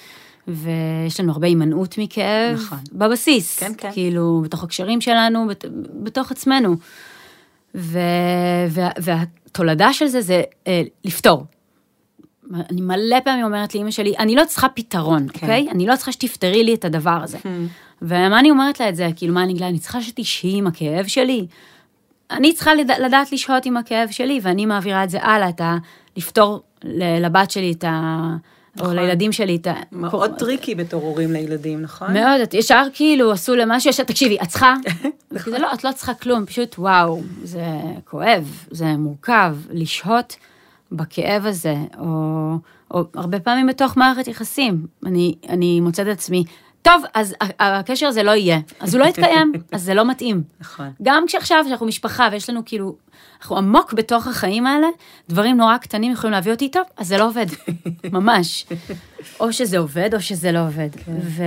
ויש לנו הרבה הימנעות מכאב, נכון. בבסיס, כן, כן. כאילו, בתוך הקשרים שלנו, בת, בתוך עצמנו. ו, וה, והתולדה של זה זה אה, לפתור. אני מלא פעמים אומרת לאמא שלי, אני לא צריכה פתרון, כן. אוקיי? אני לא צריכה שתפתרי לי את הדבר הזה. ומה אני אומרת לה את זה? כאילו, מה אני אגלה? אני צריכה שתשהי עם הכאב שלי? אני צריכה לדעת לשהות עם הכאב שלי, ואני מעבירה את זה הלאה, את ה... לפתור לבת שלי את ה... או לילדים שלי את ה... מאוד טריקי בתור הורים לילדים, נכון? מאוד, את ישר כאילו עשו למשהו, תקשיבי, את צריכה? וכזה לא, את לא צריכה כלום, פשוט וואו, זה כואב, זה מורכב, לשהות בכאב הזה, או, או הרבה פעמים בתוך מערכת יחסים, אני, אני מוצאת את עצמי, טוב, אז הקשר הזה לא יהיה, אז הוא לא יתקיים, אז זה לא מתאים. נכון. גם כשעכשיו שאנחנו משפחה, ויש לנו כאילו, אנחנו עמוק בתוך החיים האלה, דברים נורא קטנים יכולים להביא אותי טוב, אז זה לא עובד, ממש. או שזה עובד, או שזה לא עובד. ו...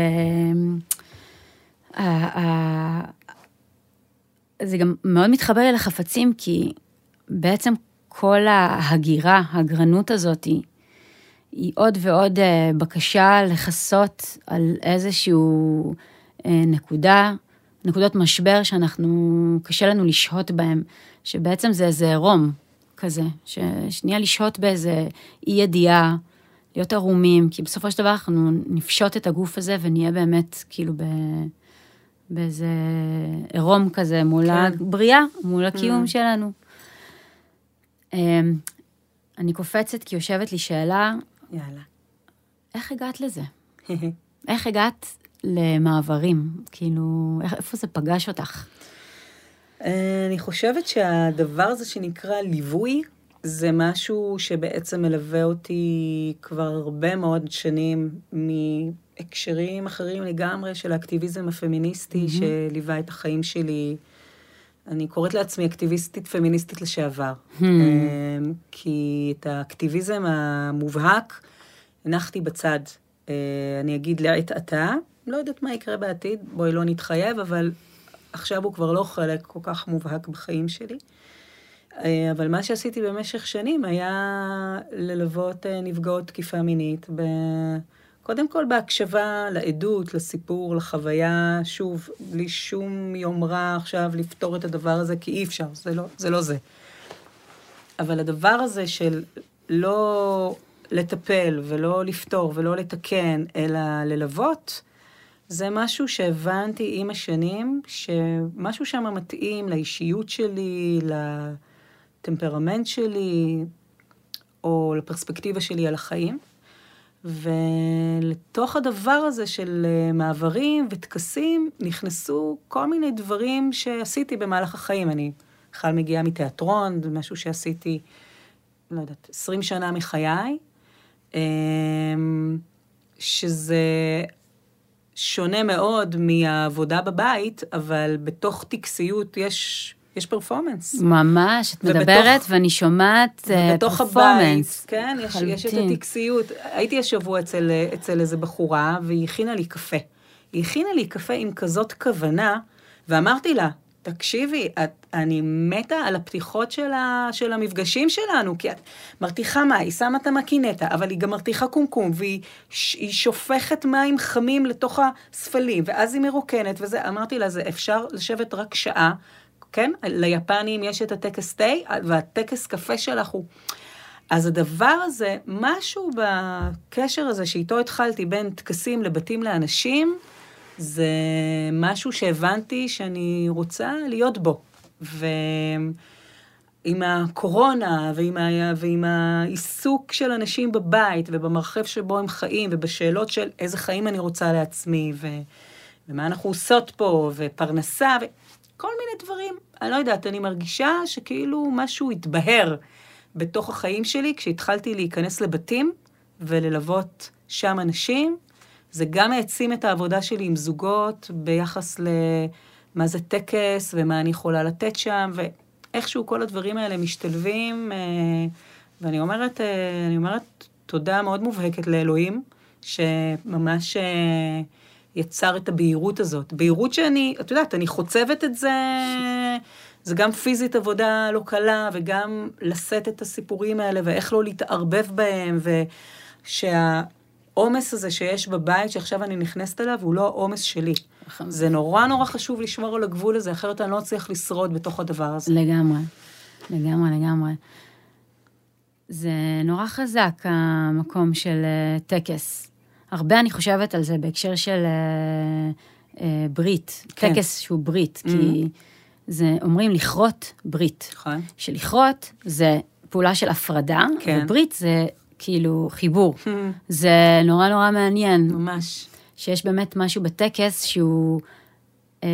זה גם מאוד מתחבר לי לחפצים, כי בעצם כל ההגירה, הגרנות הזאת, היא עוד ועוד בקשה לחסות על איזשהו נקודה, נקודות משבר שאנחנו, קשה לנו לשהות בהם, שבעצם זה איזה עירום כזה, ששנייה לשהות באיזה אי ידיעה, להיות ערומים, כי בסופו של דבר אנחנו נפשוט את הגוף הזה ונהיה באמת כאילו ב... באיזה עירום כזה מול כן. הבריאה, מול הקיום mm. שלנו. אני קופצת כי יושבת לי שאלה, יאללה. איך הגעת לזה? איך הגעת למעברים? כאילו, איפה זה פגש אותך? אני חושבת שהדבר הזה שנקרא ליווי, זה משהו שבעצם מלווה אותי כבר הרבה מאוד שנים מהקשרים אחרים לגמרי של האקטיביזם הפמיניסטי, mm-hmm. שליווה את החיים שלי אני קוראת לעצמי אקטיביסטית פמיניסטית לשעבר. Hmm. כי את האקטיביזם המובהק הנחתי בצד. אני אגיד לעת עתה, לא יודעת מה יקרה בעתיד, בואי לא נתחייב, אבל עכשיו הוא כבר לא חלק כל כך מובהק בחיים שלי. אבל מה שעשיתי במשך שנים היה ללוות נפגעות תקיפה מינית, ב... קודם כל בהקשבה לעדות, לסיפור, לחוויה, שוב, בלי שום יומרה עכשיו לפתור את הדבר הזה, כי אי אפשר, זה לא זה. לא זה. אבל הדבר הזה של לא לטפל ולא לפתור ולא לתקן, אלא ללוות, זה משהו שהבנתי עם השנים, שמשהו שם מתאים לאישיות שלי, לטמפרמנט שלי, או לפרספקטיבה שלי על החיים. ולתוך הדבר הזה של מעברים ותקסים, נכנסו כל מיני דברים שעשיתי במהלך החיים. אני בכלל מגיעה מתיאטרון, זה משהו שעשיתי, לא יודעת, עשרים שנה מחיי, שזה שונה מאוד מהעבודה בבית, אבל בתוך טקסיות יש, יש פרפורמנס. ממש, את מדברת ובתוך, ואני שומעת ובתוך הבית, כן, יש, יש את הטקסיות. הייתי השבוע אצל, אצל איזו בחורה, והיא הכינה לי קפה. היא הכינה לי קפה עם כזאת כוונה, ואמרתי לה, תקשיבי, את, אני מתה על הפתיחות של, ה, של המפגשים שלנו, כי את מרתיחה מה, היא שמה את המקינטה, אבל היא גם מרתיחה קומקום, והיא היא שופכת מים חמים לתוך הספלים, ואז היא מרוקנת, וזה, אמרתי לה, זה אפשר לשבת רק שעה, כן? ליפנים יש את הטקס תה, והטקס קפה שלך הוא... אז הדבר הזה, משהו בקשר הזה שאיתו התחלתי בין טקסים לבתים לאנשים, זה משהו שהבנתי שאני רוצה להיות בו. ועם הקורונה ועם, ה... ועם העיסוק של אנשים בבית ובמרחב שבו הם חיים ובשאלות של איזה חיים אני רוצה לעצמי ו... ומה אנחנו עושות פה ופרנסה וכל מיני דברים. אני לא יודעת, אני מרגישה שכאילו משהו התבהר בתוך החיים שלי כשהתחלתי להיכנס לבתים וללוות שם אנשים. זה גם העצים את העבודה שלי עם זוגות ביחס למה זה טקס ומה אני יכולה לתת שם, ואיכשהו כל הדברים האלה משתלבים, ואני אומרת, אני אומרת תודה מאוד מובהקת לאלוהים, שממש יצר את הבהירות הזאת. בהירות שאני, את יודעת, אני חוצבת את זה, זה גם פיזית עבודה לא קלה, וגם לשאת את הסיפורים האלה, ואיך לא להתערבב בהם, ושה... העומס הזה שיש בבית, שעכשיו אני נכנסת אליו, הוא לא העומס שלי. זה נורא נורא חשוב לשמור על הגבול הזה, אחרת אני לא צריך לשרוד בתוך הדבר הזה. לגמרי, לגמרי, לגמרי. זה נורא חזק, המקום של טקס. הרבה אני חושבת על זה בהקשר של ברית, טקס שהוא ברית, כי זה אומרים לכרות ברית. שלכרות זה פעולה של הפרדה, וברית זה... כאילו חיבור. זה נורא נורא מעניין. ממש. שיש באמת משהו בטקס שהוא אה,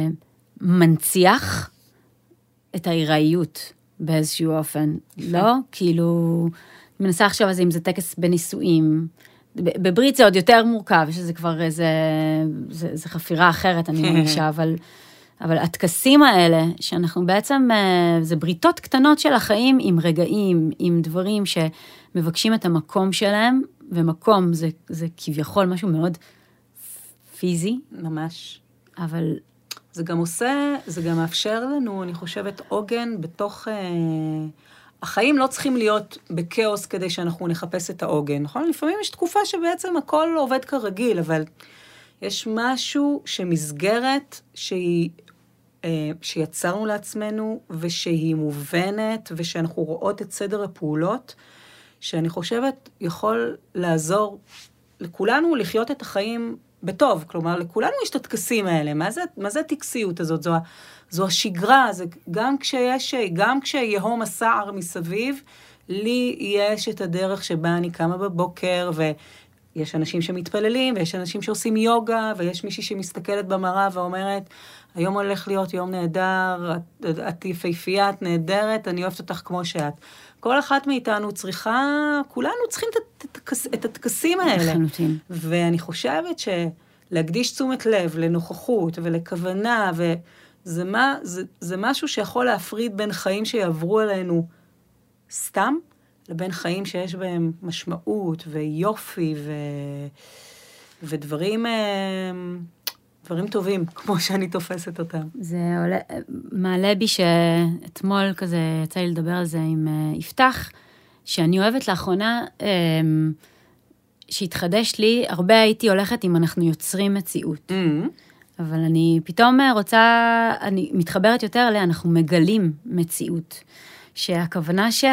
מנציח את ההיראיות באיזשהו אופן. לא? כאילו, אני מנסה עכשיו על זה אם זה טקס בנישואים. בברית זה עוד יותר מורכב, שזה כבר איזה, זה, זה חפירה אחרת, אני מרגישה, אבל... אבל הטקסים האלה, שאנחנו בעצם, זה בריתות קטנות של החיים עם רגעים, עם דברים שמבקשים את המקום שלהם, ומקום זה, זה כביכול משהו מאוד פיזי. ממש. אבל... זה גם עושה, זה גם מאפשר לנו, אני חושבת, עוגן בתוך... אה, החיים לא צריכים להיות בקאוס כדי שאנחנו נחפש את העוגן, נכון? לפעמים יש תקופה שבעצם הכל עובד כרגיל, אבל יש משהו שמסגרת שהיא... שיצרנו לעצמנו, ושהיא מובנת, ושאנחנו רואות את סדר הפעולות, שאני חושבת יכול לעזור לכולנו לחיות את החיים בטוב. כלומר, לכולנו יש את הטקסים האלה. מה זה, מה זה הטקסיות הזאת? זו, זו השגרה. זה גם כשיש, גם כשיהום הסער מסביב, לי יש את הדרך שבה אני קמה בבוקר, ויש אנשים שמתפללים, ויש אנשים שעושים יוגה, ויש מישהי שמסתכלת במראה ואומרת, היום הולך להיות יום נהדר, את, את יפהפייה, את נהדרת, אני אוהבת אותך כמו שאת. כל אחת מאיתנו צריכה, כולנו צריכים את, את, את הטקסים האלה. לחלוטין. ואני חושבת שלהקדיש תשומת לב לנוכחות ולכוונה, זה, מה, זה, זה משהו שיכול להפריד בין חיים שיעברו עלינו סתם, לבין חיים שיש בהם משמעות ויופי ו... ודברים דברים טובים, כמו שאני תופסת אותם. זה עולה, מעלה בי שאתמול כזה יצא לי לדבר על זה עם יפתח, שאני אוהבת לאחרונה, שהתחדש לי, הרבה הייתי הולכת אם אנחנו יוצרים מציאות. Mm-hmm. אבל אני פתאום רוצה, אני מתחברת יותר אליה, אנחנו מגלים מציאות. שהכוונה ש...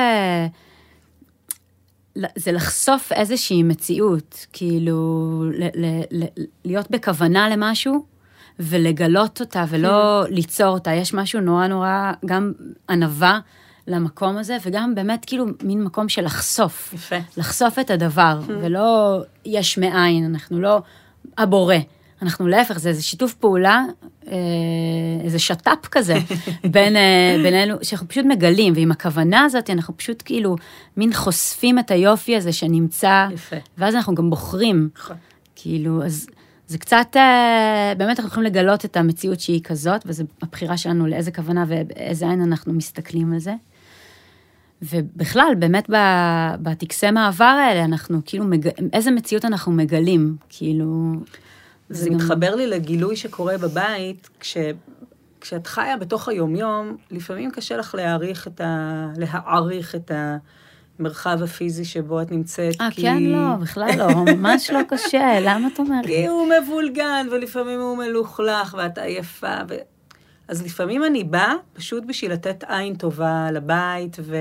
זה לחשוף איזושהי מציאות, כאילו, ל- ל- ל- להיות בכוונה למשהו, ולגלות אותה, ולא ליצור אותה. יש משהו נורא נורא, גם ענווה למקום הזה, וגם באמת כאילו מין מקום של לחשוף. יפה. לחשוף את הדבר, ולא יש מאין, אנחנו לא הבורא. אנחנו להפך, זה איזה שיתוף פעולה, איזה שטאפ כזה, בין, בינינו, שאנחנו פשוט מגלים, ועם הכוונה הזאת, אנחנו פשוט כאילו, מין חושפים את היופי הזה שנמצא, יפה. ואז אנחנו גם בוחרים. נכון. כאילו, אז זה קצת, באמת אנחנו יכולים לגלות את המציאות שהיא כזאת, וזו הבחירה שלנו לאיזה כוונה ואיזה עין אנחנו מסתכלים על זה. ובכלל, באמת בטקסי מעבר האלה, אנחנו כאילו, איזה מציאות אנחנו מגלים, כאילו... זה מתחבר לי לגילוי שקורה בבית, כש, כשאת חיה בתוך היומיום, לפעמים קשה לך להעריך את, ה, להעריך את המרחב הפיזי שבו את נמצאת. אה, כי... כן, לא, בכלל לא, ממש לא קשה, למה את אומרת? כי הוא מבולגן, ולפעמים הוא מלוכלך, ואת עייפה. ו... אז לפעמים אני באה, פשוט בשביל לתת עין טובה לבית, ו...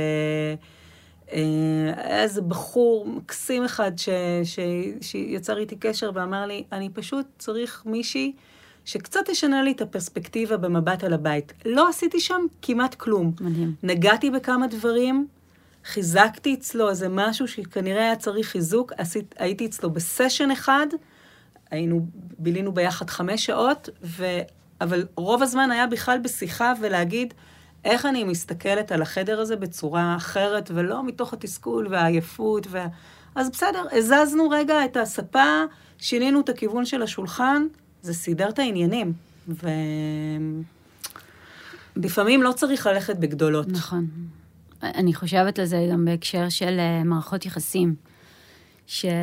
איזה בחור מקסים אחד ש, ש, שיצר איתי קשר ואמר לי, אני פשוט צריך מישהי שקצת תשנה לי את הפרספקטיבה במבט על הבית. לא עשיתי שם כמעט כלום. מדהים. נגעתי בכמה דברים, חיזקתי אצלו איזה משהו שכנראה היה צריך חיזוק, עשית, הייתי אצלו בסשן אחד, היינו, בילינו ביחד חמש שעות, ו, אבל רוב הזמן היה בכלל בשיחה ולהגיד, איך אני מסתכלת על החדר הזה בצורה אחרת, ולא מתוך התסכול והעייפות. וה... אז בסדר, הזזנו רגע את הספה, שינינו את הכיוון של השולחן, זה סידר את העניינים. ולפעמים לא צריך ללכת בגדולות. נכון. אני חושבת על זה גם בהקשר של מערכות יחסים, שאני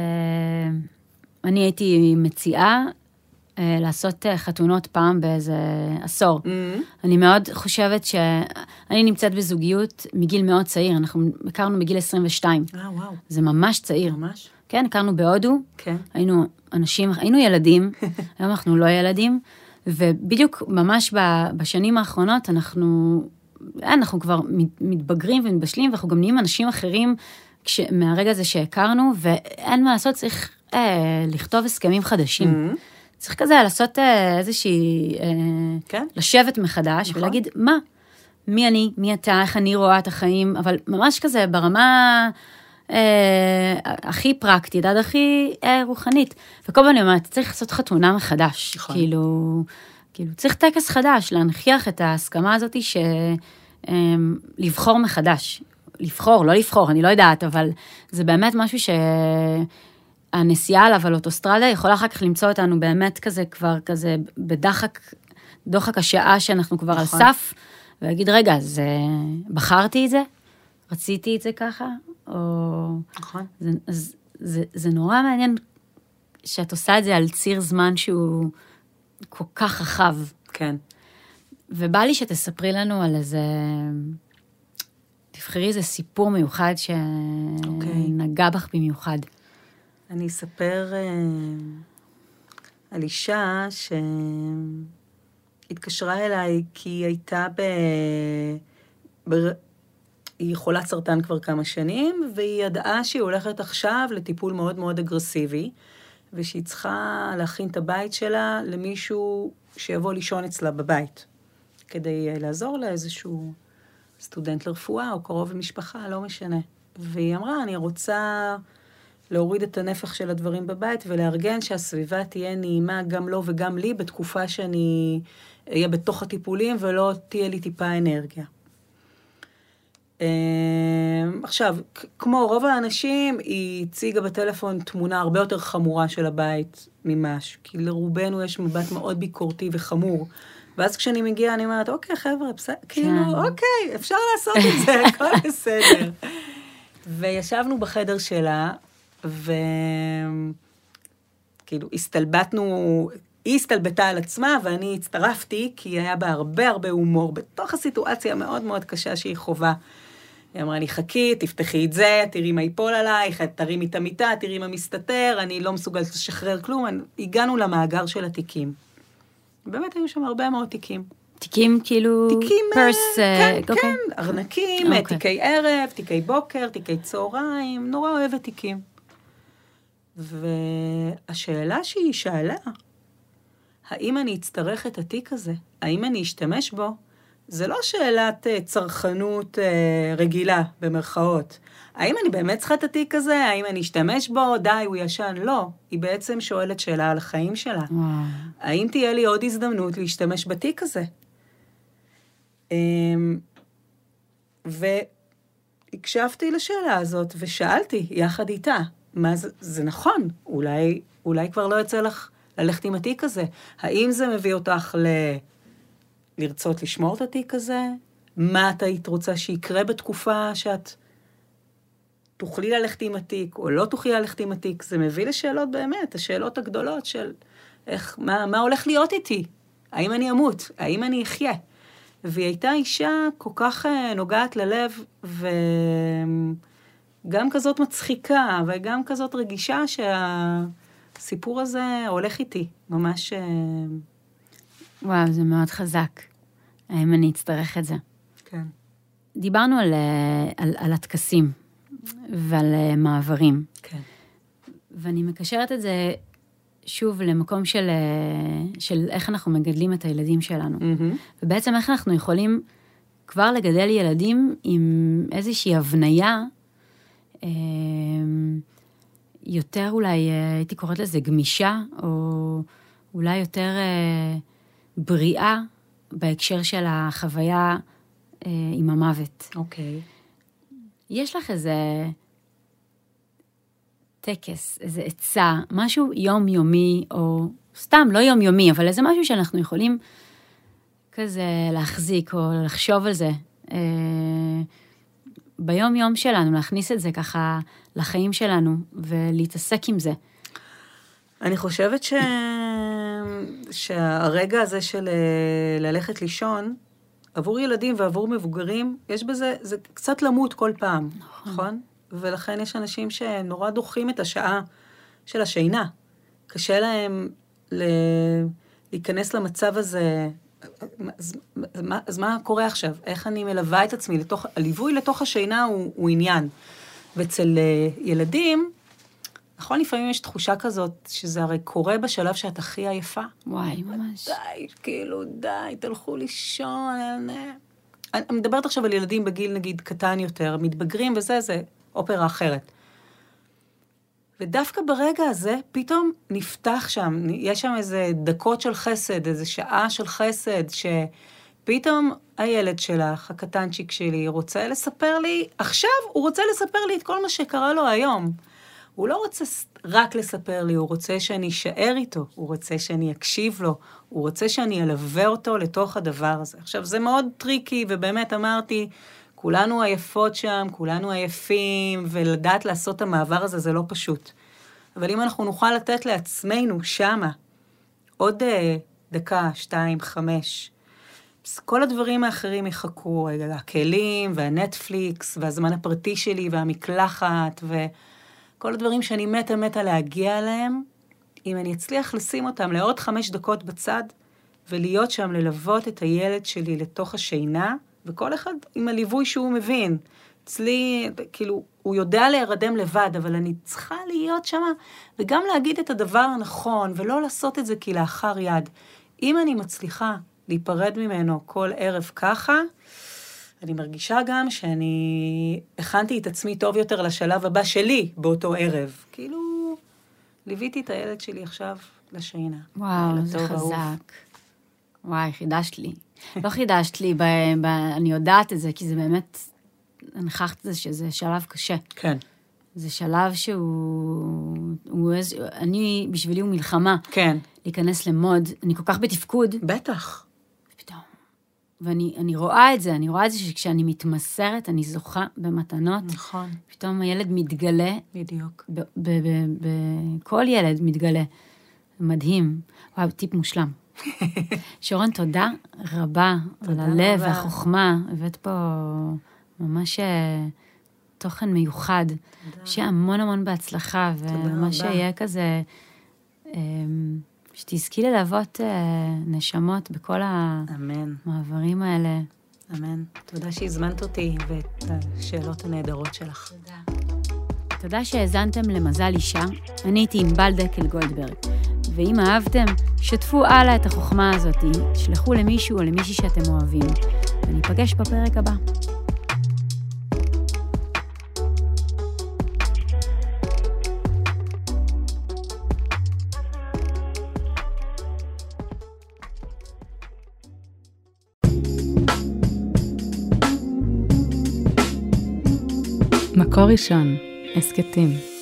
הייתי מציעה, לעשות חתונות פעם באיזה עשור. Mm-hmm. אני מאוד חושבת שאני נמצאת בזוגיות מגיל מאוד צעיר, אנחנו הכרנו בגיל עשרים ושתיים. אה, וואו. זה ממש צעיר. ממש? כן, הכרנו בהודו. כן. היינו אנשים, היינו ילדים, היום אנחנו לא ילדים, ובדיוק ממש בשנים האחרונות אנחנו, אנחנו כבר מתבגרים ומתבשלים, ואנחנו גם נהיים אנשים אחרים כש, מהרגע הזה שהכרנו, ואין מה לעשות, צריך אה, לכתוב הסכמים חדשים. Mm-hmm. צריך כזה לעשות איזושהי, כן? לשבת מחדש, נכון. ולהגיד, מה? מי אני, מי אתה, איך אני רואה את החיים, אבל ממש כזה ברמה אה, הכי פרקטית, עד הכי אה, רוחנית. וכל פעם אני אומרת, צריך לעשות חתונה מחדש. נכון. כאילו, כאילו, צריך טקס חדש, להנחיח את ההסכמה הזאת, שלבחור אה, מחדש. לבחור, לא לבחור, אני לא יודעת, אבל זה באמת משהו ש... הנסיעה עליו על אוטוסטרדה יכולה אחר כך למצוא אותנו באמת כזה, כבר כזה בדחק, דוחק השעה שאנחנו כבר נכון. על סף, ולהגיד, רגע, אז בחרתי את זה? רציתי את זה ככה? או... נכון. זה, אז, זה, זה נורא מעניין שאת עושה את זה על ציר זמן שהוא כל כך רחב. כן. ובא לי שתספרי לנו על איזה... תבחרי איזה סיפור מיוחד שנגע בך במיוחד. אני אספר אה, על אישה שהתקשרה אליי כי היא הייתה ב... ב... היא חולת סרטן כבר כמה שנים, והיא ידעה שהיא הולכת עכשיו לטיפול מאוד מאוד אגרסיבי, ושהיא צריכה להכין את הבית שלה למישהו שיבוא לישון אצלה בבית, כדי לעזור לה איזשהו סטודנט לרפואה או קרוב למשפחה, לא משנה. והיא אמרה, אני רוצה... להוריד את הנפח של הדברים בבית, ולארגן שהסביבה תהיה נעימה גם לו וגם לי, בתקופה שאני אהיה בתוך הטיפולים, ולא תהיה לי טיפה אנרגיה. עכשיו, כמו רוב האנשים, היא הציגה בטלפון תמונה הרבה יותר חמורה של הבית ממש, כי לרובנו יש מבט מאוד ביקורתי וחמור, ואז כשאני מגיעה, אני אומרת, אוקיי, חבר'ה, בסדר, כאילו, אוקיי, אפשר לעשות את זה, הכל בסדר. וישבנו בחדר שלה, וכאילו, הסתלבטנו, היא הסתלבטה על עצמה, ואני הצטרפתי, כי היה בה הרבה הרבה הומור, בתוך הסיטואציה המאוד מאוד קשה שהיא חובה. היא אמרה לי, חכי, תפתחי את זה, תראי מה ייפול עלייך, תרימי את המיטה, תראי מה מסתתר, אני לא מסוגלת לשחרר כלום. הגענו למאגר של התיקים. באמת היו שם הרבה מאוד תיקים. תיקים כאילו... תיקים, פרס, כן, אוקיי. כן, ארנקים, אוקיי. תיקי ערב, תיקי בוקר, תיקי צהריים, נורא אוהבת תיקים. והשאלה שהיא שאלה, האם אני אצטרך את התיק הזה? האם אני אשתמש בו? זה לא שאלת צרכנות רגילה, במרכאות. האם אני באמת צריכה את התיק הזה? האם אני אשתמש בו? די, הוא ישן? לא. היא בעצם שואלת שאלה על החיים שלה. וואו. האם תהיה לי עוד הזדמנות להשתמש בתיק הזה? והקשבתי לשאלה הזאת, ושאלתי יחד איתה, מה זה, זה נכון, אולי, אולי כבר לא יצא לך ללכת עם התיק הזה. האם זה מביא אותך ל... לרצות לשמור את התיק הזה? מה את היית רוצה שיקרה בתקופה שאת תוכלי ללכת עם התיק, או לא תוכלי ללכת עם התיק? זה מביא לשאלות באמת, השאלות הגדולות של איך, מה, מה הולך להיות איתי? האם אני אמות? האם אני אחיה? והיא הייתה אישה כל כך נוגעת ללב, וגם כזאת מצחיקה, וגם כזאת רגישה שהסיפור הזה הולך איתי, ממש... וואו, זה מאוד חזק. האם אני אצטרך את זה? כן. דיברנו על, על, על התקסים ועל מעברים. כן. ואני מקשרת את זה שוב למקום של, של איך אנחנו מגדלים את הילדים שלנו. Mm-hmm. ובעצם איך אנחנו יכולים כבר לגדל ילדים עם איזושהי הבניה, יותר אולי, הייתי קוראת לזה גמישה, או אולי יותר בריאה, בהקשר של החוויה עם המוות. אוקיי. יש לך איזה טקס, איזה עצה, משהו יומיומי, או סתם לא יומיומי, אבל איזה משהו שאנחנו יכולים כזה להחזיק, או לחשוב על זה, ביום יום שלנו, להכניס את זה ככה לחיים שלנו, ולהתעסק עם זה. אני חושבת ש... שהרגע הזה של ללכת לישון, עבור ילדים ועבור מבוגרים, יש בזה, זה קצת למות כל פעם, נכון? נכון? ולכן יש אנשים שנורא דוחים את השעה של השינה. קשה להם ל... להיכנס למצב הזה. אז, מה, אז מה קורה עכשיו? איך אני מלווה את עצמי? לתוך, הליווי לתוך השינה הוא, הוא עניין. ואצל ילדים, נכון, לפעמים יש תחושה כזאת, שזה הרי קורה בשלב שאת הכי עייפה. וואי, ממש. די, כאילו, די, תלכו לישון. אני, אני מדברת עכשיו על ילדים בגיל, נגיד, קטן יותר, מתבגרים וזה, זה אופרה אחרת. ודווקא ברגע הזה, פתאום נפתח שם, יש שם איזה דקות של חסד, איזה שעה של חסד, שפתאום הילד שלך, הקטנצ'יק שלי, רוצה לספר לי, עכשיו הוא רוצה לספר לי את כל מה שקרה לו היום. הוא לא רוצה רק לספר לי, הוא רוצה שאני אשאר איתו, הוא רוצה שאני אקשיב לו, הוא רוצה שאני אלווה אותו לתוך הדבר הזה. עכשיו, זה מאוד טריקי, ובאמת אמרתי, כולנו עייפות שם, כולנו עייפים, ולדעת לעשות את המעבר הזה זה לא פשוט. אבל אם אנחנו נוכל לתת לעצמנו שמה, עוד דקה, שתיים, חמש, כל הדברים האחרים יחכו, רגע, הכלים, והנטפליקס, והזמן הפרטי שלי, והמקלחת, וכל הדברים שאני מתה מתה להגיע אליהם, אם אני אצליח לשים אותם לעוד חמש דקות בצד, ולהיות שם ללוות את הילד שלי לתוך השינה, וכל אחד עם הליווי שהוא מבין. אצלי, כאילו, הוא יודע להירדם לבד, אבל אני צריכה להיות שם, וגם להגיד את הדבר הנכון, ולא לעשות את זה כלאחר יד. אם אני מצליחה להיפרד ממנו כל ערב ככה, אני מרגישה גם שאני הכנתי את עצמי טוב יותר לשלב הבא שלי באותו ערב. כאילו, ליוויתי את הילד שלי עכשיו לשינה. וואו, זה חזק. וואי, חידשת לי. לא חידשת לי, ב, ב, אני יודעת את זה, כי זה באמת, הנחחת את זה שזה שלב קשה. כן. זה שלב שהוא, הוא, אני, בשבילי הוא מלחמה. כן. להיכנס למוד, אני כל כך בתפקוד. בטח. ואני אני רואה את זה, אני רואה את זה שכשאני מתמסרת, אני זוכה במתנות. נכון. פתאום הילד מתגלה. בדיוק. בכל ילד מתגלה. מדהים. וואו, טיפ מושלם. שרון, תודה רבה על הלב והחוכמה. הבאת פה ממש תוכן מיוחד. שיהיה המון המון בהצלחה, ומה שיהיה כזה, שתזכי ללוות נשמות בכל המעברים האלה. אמן. תודה שהזמנת אותי ואת השאלות הנהדרות שלך. תודה. תודה שהאזנתם למזל אישה. אני הייתי ענבל דקל גולדברג. ואם אהבתם, שתפו הלאה את החוכמה הזאת, שלחו למישהו או למישהי שאתם אוהבים. וניפגש בפרק הבא. מקור ראשון, הסקטים.